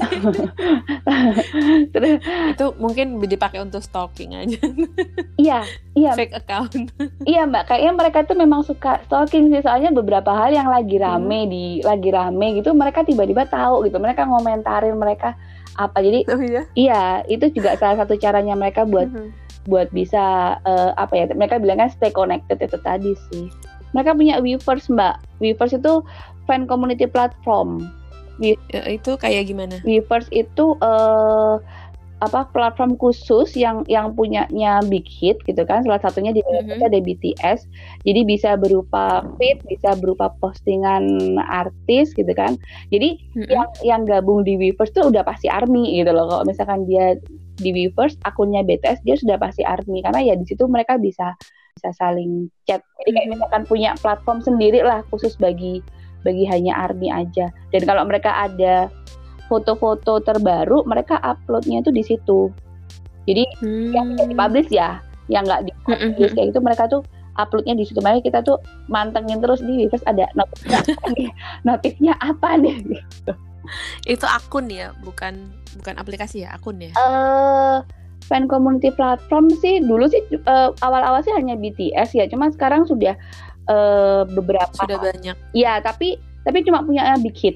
Terus itu mungkin dipakai untuk stalking aja. Iya, iya. Fake account. Iya mbak, kayaknya mereka tuh memang suka stalking sih, soalnya beberapa hal yang lagi rame hmm. di lagi rame gitu, mereka tiba-tiba tahu gitu, mereka ngomentarin mereka apa. Jadi oh, iya? iya, itu juga salah satu caranya mereka buat hmm. buat bisa uh, apa ya? Mereka bilangnya stay connected itu tadi sih. Mereka punya Weverse mbak. Weverse itu fan community platform. We- itu kayak gimana? Weverse itu uh, apa platform khusus yang yang punyanya Big Hit gitu kan. Salah satunya di mm-hmm. ada B T S. Jadi bisa berupa feed, bisa berupa postingan artis gitu kan. Jadi mm-hmm. yang yang gabung di Weverse tuh udah pasti ARMY gitu loh. Kalau misalkan dia di Weverse akunnya B T S, dia sudah pasti ARMY karena ya di situ mereka bisa bisa saling chat. Jadi kayak misalkan punya platform sendiri lah khusus bagi bagi hanya ARMY aja. Dan kalau mereka ada foto-foto terbaru, mereka uploadnya itu di situ. Jadi hmm. yang bisa dipublish ya, yang nggak dipublish hmm. kayak gitu mereka tuh uploadnya di situ. Makanya kita tuh mantengin terus di Weverse ada notifnya apa nih, notifnya apa nih. Gitu. Itu akun ya, bukan bukan aplikasi ya, akun ya. Uh, fan community platform sih dulu sih uh, awal-awal sih hanya B T S ya, cuma sekarang sudah uh, beberapa sudah banyak. Iya, tapi tapi cuma punya Big Hit.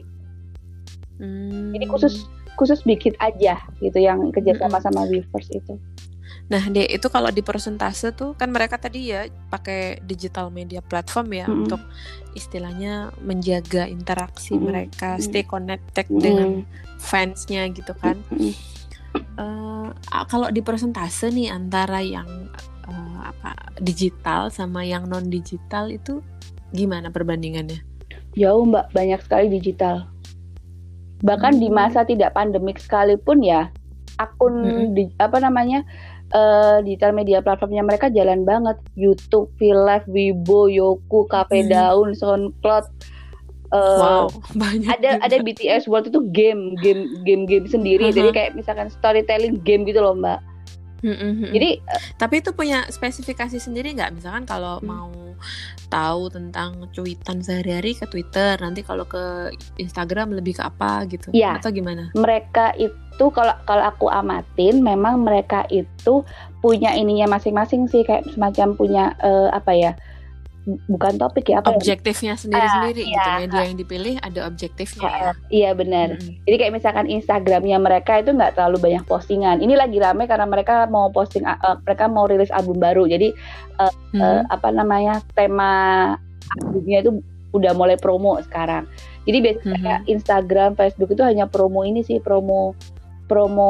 Hmm. Jadi khusus khusus Big Hit aja gitu yang kerjasama hmm. sama Weverse itu. Nah, deh itu kalau di persentase tuh kan mereka tadi ya pakai digital media platform ya hmm. untuk istilahnya menjaga interaksi hmm. mereka, stay connected hmm. dengan fansnya gitu kan. Hmm. Uh, kalau di persentase nih antara yang uh, apa digital sama yang non digital itu gimana perbandingannya? Jauh mbak, banyak sekali digital. Bahkan hmm. di masa tidak pandemik sekalipun ya akun hmm. di, apa namanya uh, digital media platformnya mereka jalan banget. YouTube, VLive, Weibo, Youku, Cafe hmm. Daun, SoundCloud. Uh, wow, banyak ada juga. Ada B T S World itu game game game game sendiri. Uh-huh. Jadi kayak misalkan storytelling game gitu loh mbak. Mm-mm. Jadi uh, tapi itu punya spesifikasi sendiri nggak? Misalkan kalau hmm. mau tahu tentang cuitan sehari-hari ke Twitter, nanti kalau ke Instagram lebih ke apa gitu? Ya, atau gimana? Mereka itu kalau kalau aku amatin, memang mereka itu punya ininya masing-masing sih, kayak semacam punya uh, apa ya? Bukan topik ya, apa objektifnya sendiri-sendiri uh, gitu. iya. Media yang dipilih ada objektifnya uh, ya. Iya benar. Mm-hmm. Jadi kayak misalkan Instagramnya mereka itu nggak terlalu banyak postingan. Ini lagi rame karena mereka mau posting, uh, mereka mau rilis album baru. Jadi uh, mm-hmm. uh, apa namanya tema albumnya itu udah mulai promo sekarang. Jadi biasanya mm-hmm. Instagram, Facebook itu hanya promo ini sih, promo promo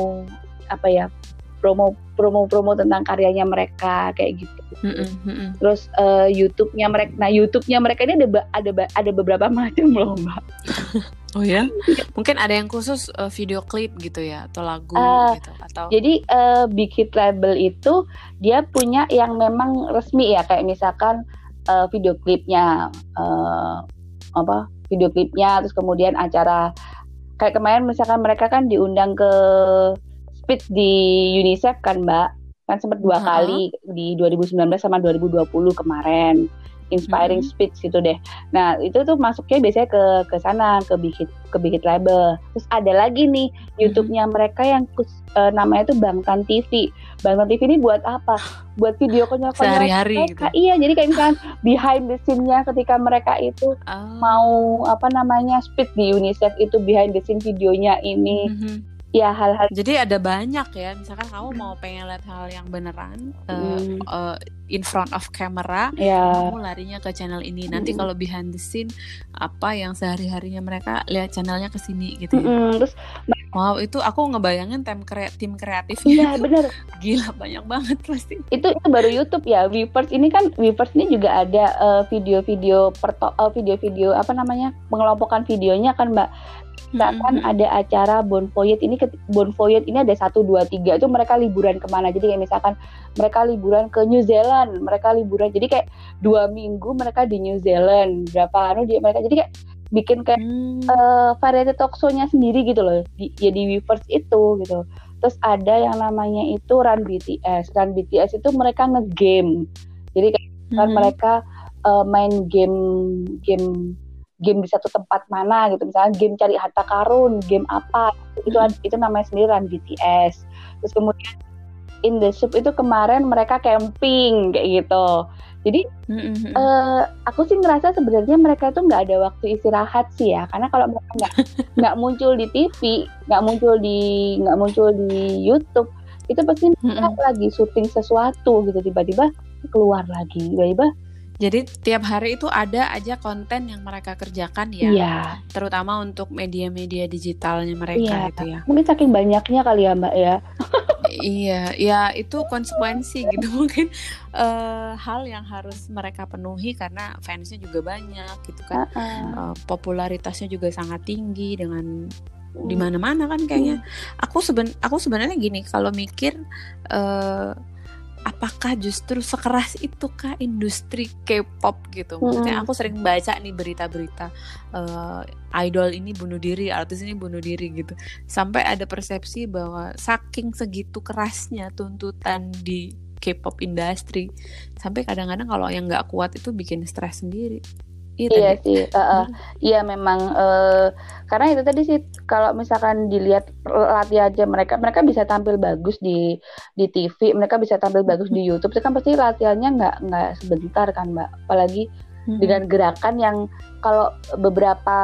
apa ya? promo promo promo tentang karyanya mereka kayak gitu. Mm-hmm. Terus uh, YouTube-nya mereka, nah YouTube-nya mereka ini ada ada ada beberapa macam loh Mbak. Oh ya? Mungkin ada yang khusus uh, video klip gitu ya, atau lagu uh, gitu atau. Jadi uh, Big Hit Label itu dia punya yang memang resmi ya, kayak misalkan uh, video klipnya uh, apa video klipnya, terus kemudian acara kayak kemarin misalkan mereka kan diundang ke speech di UNICEF kan Mbak, kan sempat dua uh-huh. kali di dua ribu sembilan belas sama dua ribu dua puluh kemarin, inspiring uh-huh. speech gitu deh. Nah itu tuh masuknya biasanya ke ke sana ke Big Hit, ke Big Hit Label. Terus ada lagi nih YouTube-nya uh-huh. mereka yang uh, namanya tuh Bangtan T V. Bangtan T V ini buat apa? Buat video konyol-konyol sehari-hari mereka. Gitu. Iya, jadi kayak misalkan behind the scene-nya ketika mereka itu oh. mau apa namanya speech di UNICEF itu behind the scene videonya ini. Uh-huh. Ya hal-hal. Jadi ada banyak ya. Misalkan kamu mau pengen lihat hal yang beneran hmm. uh, uh, in front of camera, yeah. kamu larinya ke channel ini. Nanti hmm. kalau behind the scene apa yang sehari-harinya mereka lihat channelnya ke sini gitu ya. Hmm. Terus, wow, itu aku ngebayangin tim kre- tim kreatifnya. Iya benar. Gila banyak banget pasti. Itu itu baru YouTube ya. Weverse ini kan Weverse ini juga ada uh, video-video perto- uh, video-video apa namanya pengelompokan videonya kan Mbak. Misalkan mm-hmm. ada acara Bon Voyage ini, Bon Voyage ini ada satu, dua, tiga itu mereka liburan kemana. Jadi kayak misalkan mereka liburan ke New Zealand, mereka liburan jadi kayak dua minggu mereka di New Zealand, berapa anu dia mereka jadi kayak bikin kayak mm. uh, variety talk show-nya sendiri gitu loh, di, ya di Weverse itu gitu. Terus ada yang namanya itu Run B T S, Run B T S itu mereka nge-game, jadi kayak mm-hmm. kan mereka uh, main game game game di satu tempat mana gitu, misalnya game cari harta karun, game apa itu hmm. itu namanya sendiri Run B T S. Terus kemudian In The Soup itu kemarin mereka camping kayak gitu. Jadi hmm. uh, aku sih ngerasa sebenarnya mereka itu nggak ada waktu istirahat sih ya, karena kalau mereka nggak nggak muncul di T V, nggak muncul di nggak muncul di YouTube, itu pasti mereka hmm. lagi syuting sesuatu gitu, tiba-tiba keluar lagi, tiba-tiba. Jadi tiap hari itu ada aja konten yang mereka kerjakan ya, iya. terutama untuk media-media digitalnya mereka iya. itu ya. Mungkin saking banyaknya kali ya Mbak ya. Iya, ya itu konsekuensi gitu mungkin uh, hal yang harus mereka penuhi karena fansnya juga banyak gitu kan, uh-uh. uh, popularitasnya juga sangat tinggi dengan uh. di mana-mana kan kayaknya. Uh. Aku seben, aku sebenarnya gini kalau mikir. Uh, Apakah justru sekeras itu kah industri K-pop gitu? Maksudnya aku sering baca nih berita-berita uh, idol ini bunuh diri, artis ini bunuh diri gitu. Sampai ada persepsi bahwa saking segitu kerasnya tuntutan di K-pop industri, sampai kadang-kadang kalau yang nggak kuat itu bikin stres sendiri. Iya, iya sih, uh, uh. iya memang uh, karena itu tadi sih kalau misalkan dilihat latihan aja mereka, mereka bisa tampil bagus di di T V, mereka bisa tampil bagus di YouTube, itu kan pasti latihannya nggak nggak sebentar kan Mbak, apalagi hmm. dengan gerakan yang kalau beberapa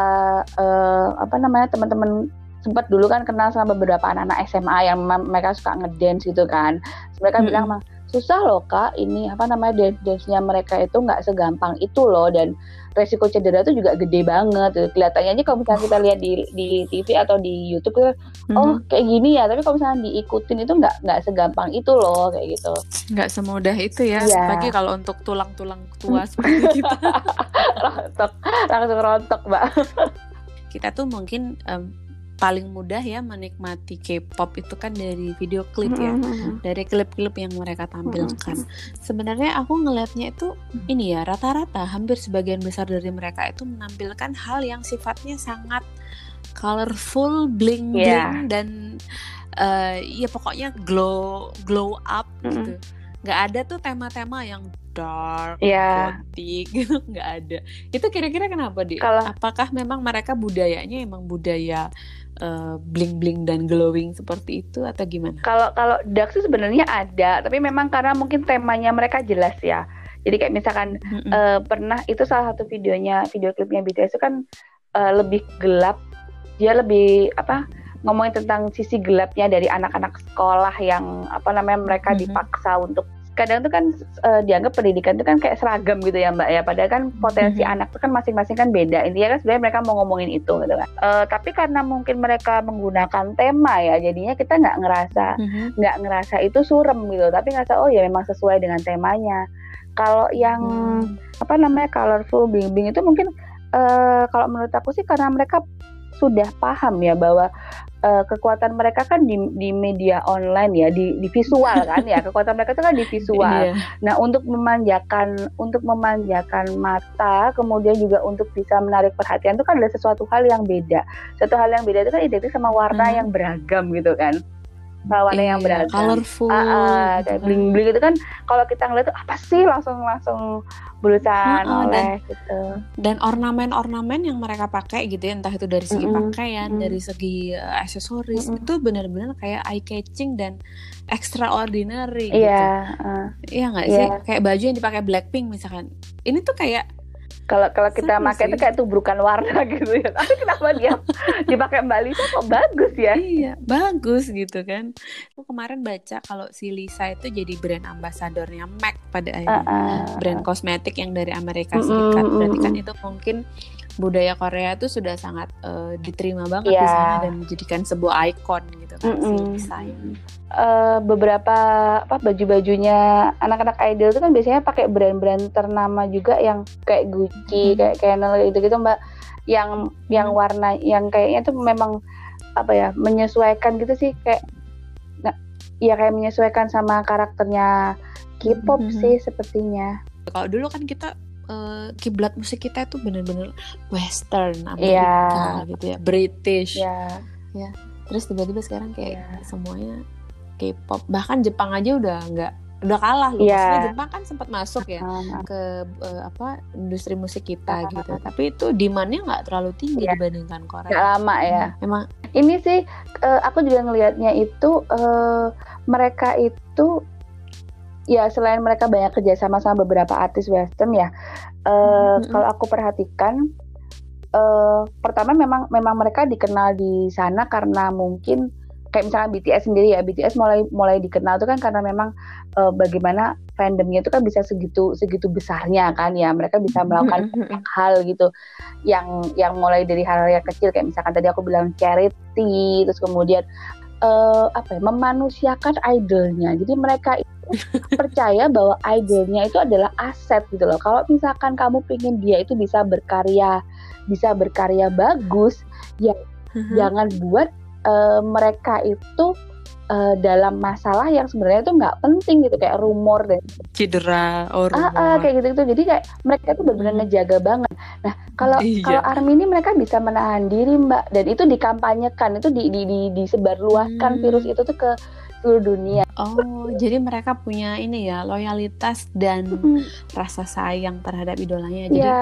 uh, apa namanya teman-teman sempat dulu kan kenal sama beberapa anak-anak S M A yang m- mereka suka ngedance gitu kan, mereka hmm. bilang mah susah loh Kak, ini apa namanya dance-nya mereka itu nggak segampang itu loh, dan resiko cedera itu juga gede banget tuh. Kelihatannya aja kalau misalnya kita lihat di di T V atau di YouTube itu, mm-hmm. oh kayak gini ya, tapi kalau misalnya diikutin itu nggak nggak segampang itu loh kayak gitu. Nggak semudah itu ya, yeah. Apalagi kalau untuk tulang-tulang tua seperti kita. rontok, langsung rontok Mbak. Kita tuh mungkin um, paling mudah ya menikmati K-pop itu kan dari video klip ya, mm-hmm. dari klip-klip yang mereka tampilkan. Mm-hmm. Sebenarnya aku ngelihatnya itu ini ya, rata-rata hampir sebagian besar dari mereka itu menampilkan hal yang sifatnya sangat colorful, bling-bling yeah. dan uh, ya pokoknya glow glow up Mm-mm. gitu. Nggak ada tuh tema-tema yang dark, Iya. gotik gitu, nggak ada. Itu kira-kira kenapa, Di? Kalau Apakah memang mereka budayanya emang budaya uh, bling-bling dan glowing seperti itu atau gimana? kalau kalau dark sih sebenarnya ada, tapi memang karena mungkin temanya mereka jelas ya. Jadi kayak misalkan Mm-mm. uh, pernah itu salah satu videonya, video klipnya B T S itu kan uh, lebih gelap. Dia lebih apa ngomongin tentang sisi gelapnya dari anak-anak sekolah yang apa namanya mereka Mm-hmm. dipaksa untuk kadang tuh kan uh, dianggap pendidikan itu kan kayak seragam gitu ya Mbak ya, padahal kan potensi Mm-hmm. anak tuh kan masing-masing kan beda. Intinya kan sebenarnya mereka mau ngomongin itu gitu kan. Uh, tapi karena mungkin mereka menggunakan tema ya, jadinya kita nggak ngerasa Mm-hmm. nggak ngerasa itu surem gitu, tapi ngerasa oh ya memang sesuai dengan temanya. Kalau yang Mm-hmm. apa namanya colorful bling-bling itu mungkin uh, kalau menurut aku sih karena mereka sudah paham ya bahwa uh, kekuatan mereka kan di, di media online ya, di, di visual kan ya, kekuatan mereka itu kan di visual. Iya. Nah untuk memanjakan untuk memanjakan mata, kemudian juga untuk bisa menarik perhatian itu kan adalah sesuatu hal yang beda. Satu hal yang beda itu kan identik sama warna Hmm. yang beragam gitu kan. Sama warna Iya, yang beragam. colorful, Ah, ah, gitu kayak kan. bling-bling itu kan kalau kita ngeliat tuh apa sih langsung langsung berusaha Ah, ah, noleh gitu. Dan ornamen-ornamen yang mereka pakai gitu ya, entah itu dari segi Mm-mm. pakaian, Mm. dari segi uh, aksesoris, Mm-mm. itu benar-benar kayak eye catching dan extraordinary gitu. Iya. uh. Iya nggak Iya. sih? Kayak baju yang dipakai Blackpink misalkan. Ini tuh kayak Kalau kalau kita seru pakai sih. itu kayak tubrukan warna gitu ya. Tapi kenapa dia dipakai Mbak Lisa kok bagus ya? Iya, bagus gitu kan. Aku kemarin baca kalau si Lisa itu jadi brand ambasadornya M A C pada akhirnya. Uh-uh. Brand kosmetik yang dari Amerika Mm-mm, Serikat. Berarti kan mm-mm. itu mungkin budaya Korea itu sudah sangat uh, diterima banget Iya. di sana dan menjadikan sebuah ikon gitu kan si Mm-mm. Lisa ini. Uh, beberapa apa baju-bajunya anak-anak idol itu kan biasanya pakai brand-brand ternama juga yang kayak Gucci, Hmm. kayak Chanel gitu-gitu Mbak. Yang yang Hmm. warna yang kayaknya tuh memang apa ya, menyesuaikan gitu sih kayak nah, ya kayak menyesuaikan sama karakternya K-pop Hmm. sih sepertinya. Kalau dulu kan kita uh, kiblat musik kita itu benar-benar Western, Iya. Amerika gitu ya, British. Ya. Terus tiba-tiba sekarang kayak Iya. semuanya K-pop, bahkan Jepang aja udah nggak udah kalah loh. Iya. Maksudnya Jepang kan sempat masuk ya Uh, ke uh, apa industri musik kita Uh. gitu, tapi itu demand-nya nggak terlalu tinggi Iya. dibandingkan Nggak Korea. lama ya. Emang Ini sih uh, aku juga ngelihatnya itu uh, mereka itu ya selain mereka banyak kerjasama sama beberapa artis Western ya. Uh, Mm-mm. Kalau aku perhatikan, uh, pertama memang memang mereka dikenal di sana karena mungkin kayak misalnya B T S sendiri ya, B T S mulai mulai dikenal itu kan karena memang uh, bagaimana fandomnya itu kan bisa segitu segitu besarnya kan ya, mereka bisa melakukan banyak hal gitu yang yang mulai dari hal yang kecil kayak misalkan tadi aku bilang charity, terus kemudian uh, apa ya, memanusiakan idolnya. Jadi mereka itu percaya bahwa idolnya itu adalah aset gitu loh. Kalau misalkan kamu pingin dia itu bisa berkarya bisa berkarya bagus, ya jangan buat uh, mereka itu uh, dalam masalah yang sebenarnya itu nggak penting gitu, kayak rumor dan cedera or ah, ah, kayak gitu-gitu. Jadi kayak mereka tuh benar-benar Hmm. ngejaga banget. Nah, kalau Iya. kalau ARMY ini mereka bisa menahan diri, Mbak, dan itu dikampanyekan, itu di di, di disebarluaskan Hmm. virus itu tuh ke seluruh dunia. Oh, jadi mereka punya ini ya, loyalitas dan Hmm. rasa sayang terhadap idolanya. Jadi Ya.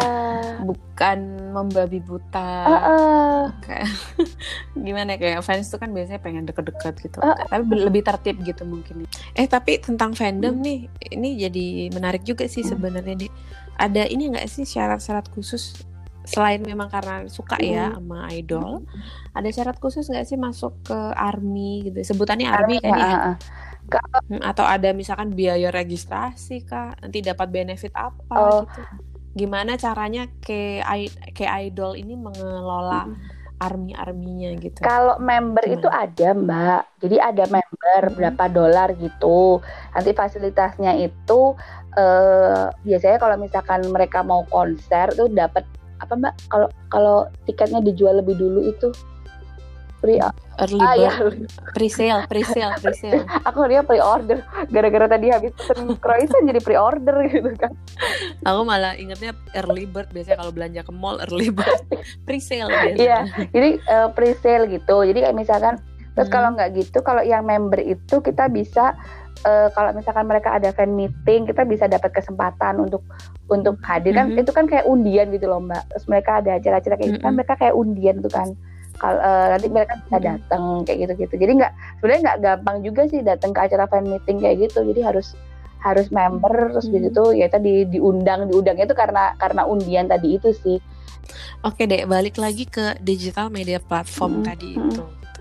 bukan membabi buta. Ah, ah. Kayak gimana ya, kayak fans tuh kan biasanya pengen deket-deket gitu. Uh, Tapi be- lebih tertib gitu mungkin. Eh, tapi tentang fandom Hmm. nih, ini jadi menarik juga sih Hmm. sebenarnya. Di ada ini nggak sih syarat-syarat khusus selain memang karena suka ya Hmm. sama idol, ada syarat khusus nggak sih masuk ke ARMY gitu? Sebutannya ARMY kan ya? Ah, ah. Hmm, atau ada misalkan biaya registrasi kah? Nanti dapat benefit apa Oh. gitu? Gimana caranya ke ke idol ini mengelola Hmm. ARMY-ARMY-nya gitu? Kalau member Gimana? itu ada, Mbak. Jadi ada member Hmm. berapa dolar gitu. Nanti fasilitasnya itu eh, biasanya kalau misalkan mereka mau konser tuh dapat apa, Mbak? Kalau kalau tiketnya dijual lebih dulu itu free. Early Ah bird, ya, pre-sale, pre-sale, pre-sale. aku dia pre-order. Gara-gara tadi habis pesen croissant jadi pre-order gitu kan. Aku malah ingetnya early bird, biasanya kalau belanja ke mall early bird, pre-sale biasanya. Iya, jadi uh, pre-sale gitu. Jadi kayak misalkan Terus hmm. kalau nggak gitu, kalau yang member itu kita bisa uh, kalau misalkan mereka ada fan meeting, kita bisa dapat kesempatan untuk untuk hadir kan. Mm-hmm. Itu kan kayak undian gitu loh Mbak. Terus mereka ada acara-acara kayak mm-hmm. gitu kan, mereka kayak undian tuh kan. Kalau uh, nanti mereka bisa datang mm-hmm. kayak gitu-gitu. Jadi nggak sebenarnya nggak gampang juga sih datang ke acara fan meeting kayak gitu. Jadi harus harus member terus mm-hmm. gitu ya tadi diundang diundangnya itu karena karena undian tadi itu sih. Oke deh, balik lagi ke digital media platform mm-hmm. tadi itu.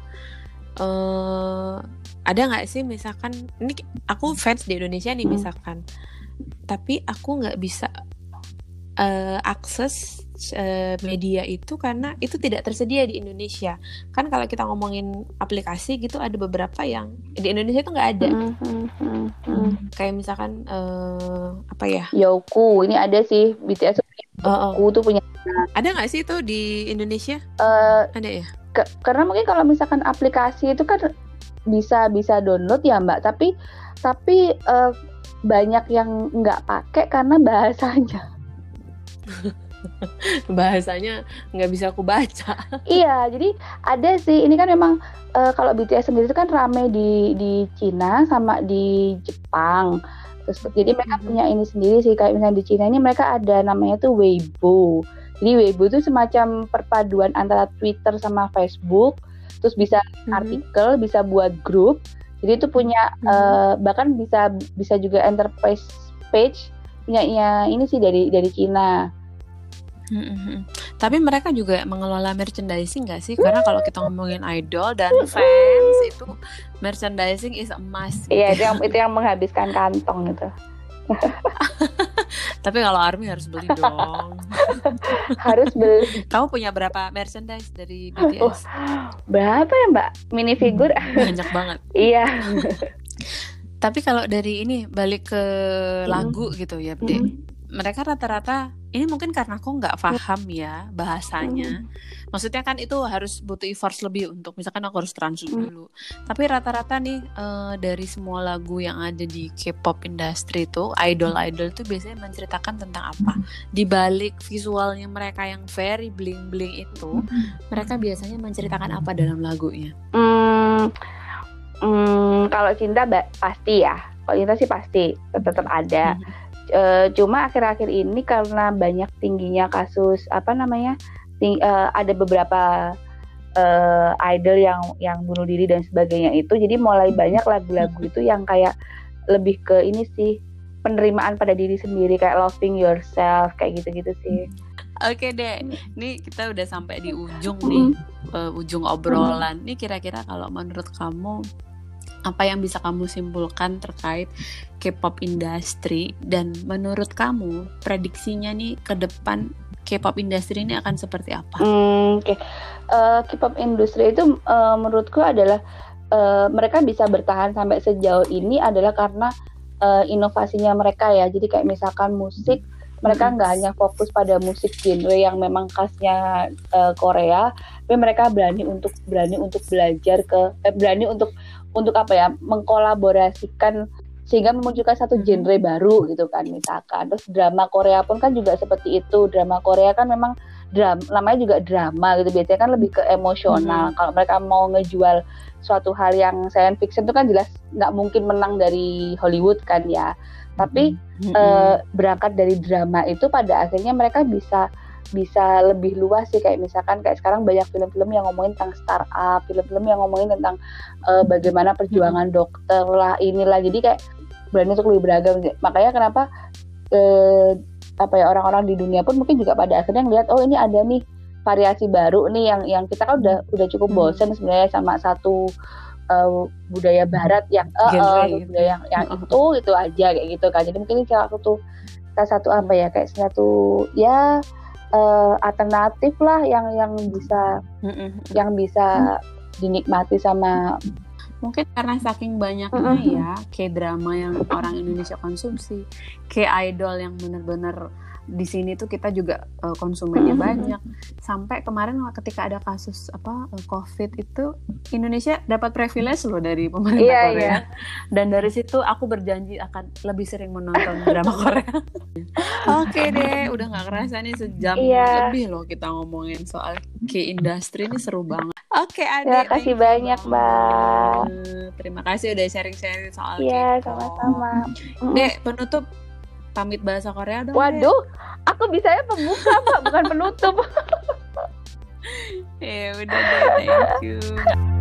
Uh, ada nggak sih misalkan ini aku fans di Indonesia nih hmm. misalkan, tapi aku nggak bisa uh, akses uh, media itu karena itu tidak tersedia di Indonesia. Kan kalau kita ngomongin aplikasi gitu ada beberapa yang di Indonesia itu nggak ada. Hmm, hmm, hmm, hmm. Kayak misalkan uh, apa ya? Youku ini ada sih B T S. Oh, oh. tuh punya. Ada nggak sih itu di Indonesia? Uh, ada ya? Ke, karena mungkin kalau misalkan aplikasi itu kan bisa bisa download ya Mbak, tapi tapi uh, banyak yang nggak pakai karena bahasanya. Bahasanya nggak bisa aku baca. Iya, jadi ada sih. Ini kan memang uh, kalau B T S sendiri itu kan rame di di Cina sama di Jepang. Terus jadi mereka mm-hmm. punya ini sendiri sih, kayak misalnya di Cina ini mereka ada namanya tuh Weibo. Jadi Weibo itu semacam perpaduan antara Twitter sama Facebook, terus bisa mm-hmm. artikel, bisa buat grup. Jadi itu punya mm-hmm. uh, bahkan bisa bisa juga enterprise page punyanya ini sih dari dari Cina. Mm-hmm. Tapi mereka juga mengelola merchandising nggak sih? Karena kalau kita ngomongin idol dan fans itu merchandising is a must. Gitu. Iya itu yang itu yang menghabiskan kantong itu. Tapi kalau ARMY harus beli dong. Harus beli. Kamu punya berapa merchandise dari B T S? Oh, berapa ya Mbak? Minifigure? Banyak banget. Iya. Tapi kalau dari ini balik ke lagu mm. gitu ya, Dek. Mm. Mereka rata-rata ini mungkin karena aku nggak paham ya bahasanya. Mm. Maksudnya kan itu harus butuh effort lebih untuk misalkan aku harus translate mm. dulu. Tapi rata-rata nih uh, dari semua lagu yang ada di K-pop industry itu, idol-idol itu biasanya menceritakan tentang apa? Di balik visualnya mereka yang very bling-bling itu, mm. mereka biasanya menceritakan apa dalam lagunya? Hmm, hmm, kalau cinta ba- pasti ya. Kalau cinta sih pasti tetap ada. Mm. Uh, cuma akhir-akhir ini karena banyak tingginya kasus apa namanya ting- uh, ada beberapa uh, idol yang yang bunuh diri dan sebagainya itu, jadi mulai banyak lagu-lagu itu yang kayak lebih ke ini sih penerimaan pada diri sendiri, kayak loving yourself kayak gitu-gitu sih. Oke deh, ini kita udah sampai di ujung nih uh, ujung obrolan. Ini kira-kira kalau menurut kamu apa yang bisa kamu simpulkan terkait K-pop industry, dan menurut kamu prediksinya nih ke depan K-pop industry ini akan seperti apa? Hmm, Oke, okay. uh, K-pop industry itu uh, menurutku adalah uh, mereka bisa bertahan sampai sejauh ini adalah karena uh, inovasinya mereka ya. Jadi kayak misalkan musik, mereka nggak hanya fokus pada musik genre yang memang khasnya uh, Korea, tapi mereka berani untuk berani untuk belajar ke eh, berani untuk untuk apa ya mengkolaborasikan sehingga memunculkan satu genre baru gitu kan misalkan. Terus drama Korea pun kan juga seperti itu. Drama Korea kan memang drama, namanya juga drama gitu, biasanya kan lebih ke emosional. Hmm. Kalau mereka mau ngejual suatu hal yang science fiction itu kan jelas nggak mungkin menang dari Hollywood kan ya. Tapi hmm. eh, berangkat dari drama itu pada akhirnya mereka bisa bisa lebih luas sih, kayak misalkan kayak sekarang banyak film-film yang ngomongin tentang startup, film-film yang ngomongin tentang uh, bagaimana perjuangan dokter lah inilah, jadi kayak berani untuk lebih beragam. Makanya kenapa uh, apa ya orang-orang di dunia pun mungkin juga pada akhirnya ngeliat oh ini ada nih variasi baru nih yang yang kita kan udah udah cukup bosan sebenarnya sama satu uh, budaya barat yang uh, uh, gitu. budaya yang, yang itu itu aja kayak gitu kan. Jadi mungkin ini salah satu salah satu apa ya kayak satu ya Uh, alternatif lah yang yang bisa mm-mm. yang bisa dinikmati sama mungkin karena saking banyaknya mm-hmm. ya K-drama yang orang Indonesia konsumsi, K-idol yang benar-benar di sini tuh kita juga uh, konsumennya mm-hmm. banyak. Sampai kemarin ketika ada kasus apa uh, COVID itu Indonesia dapat privilege loh dari pemerintah yeah, Korea. Yeah. Dan dari situ aku berjanji akan lebih sering menonton drama Korea. Oke deh, udah nggak kerasa nih sejam yeah. lebih loh kita ngomongin soal K-industry, ini seru banget. Oke, Ade. Terima kasih banyak, Mbak. Terima kasih udah sharing-sharing soal Iya, K-pop. sama-sama. Dek, penutup pamit bahasa Korea dong. Waduh, Dek. Aku bisanya pembuka, Pak, bukan penutup. Ya udah deh, thank you.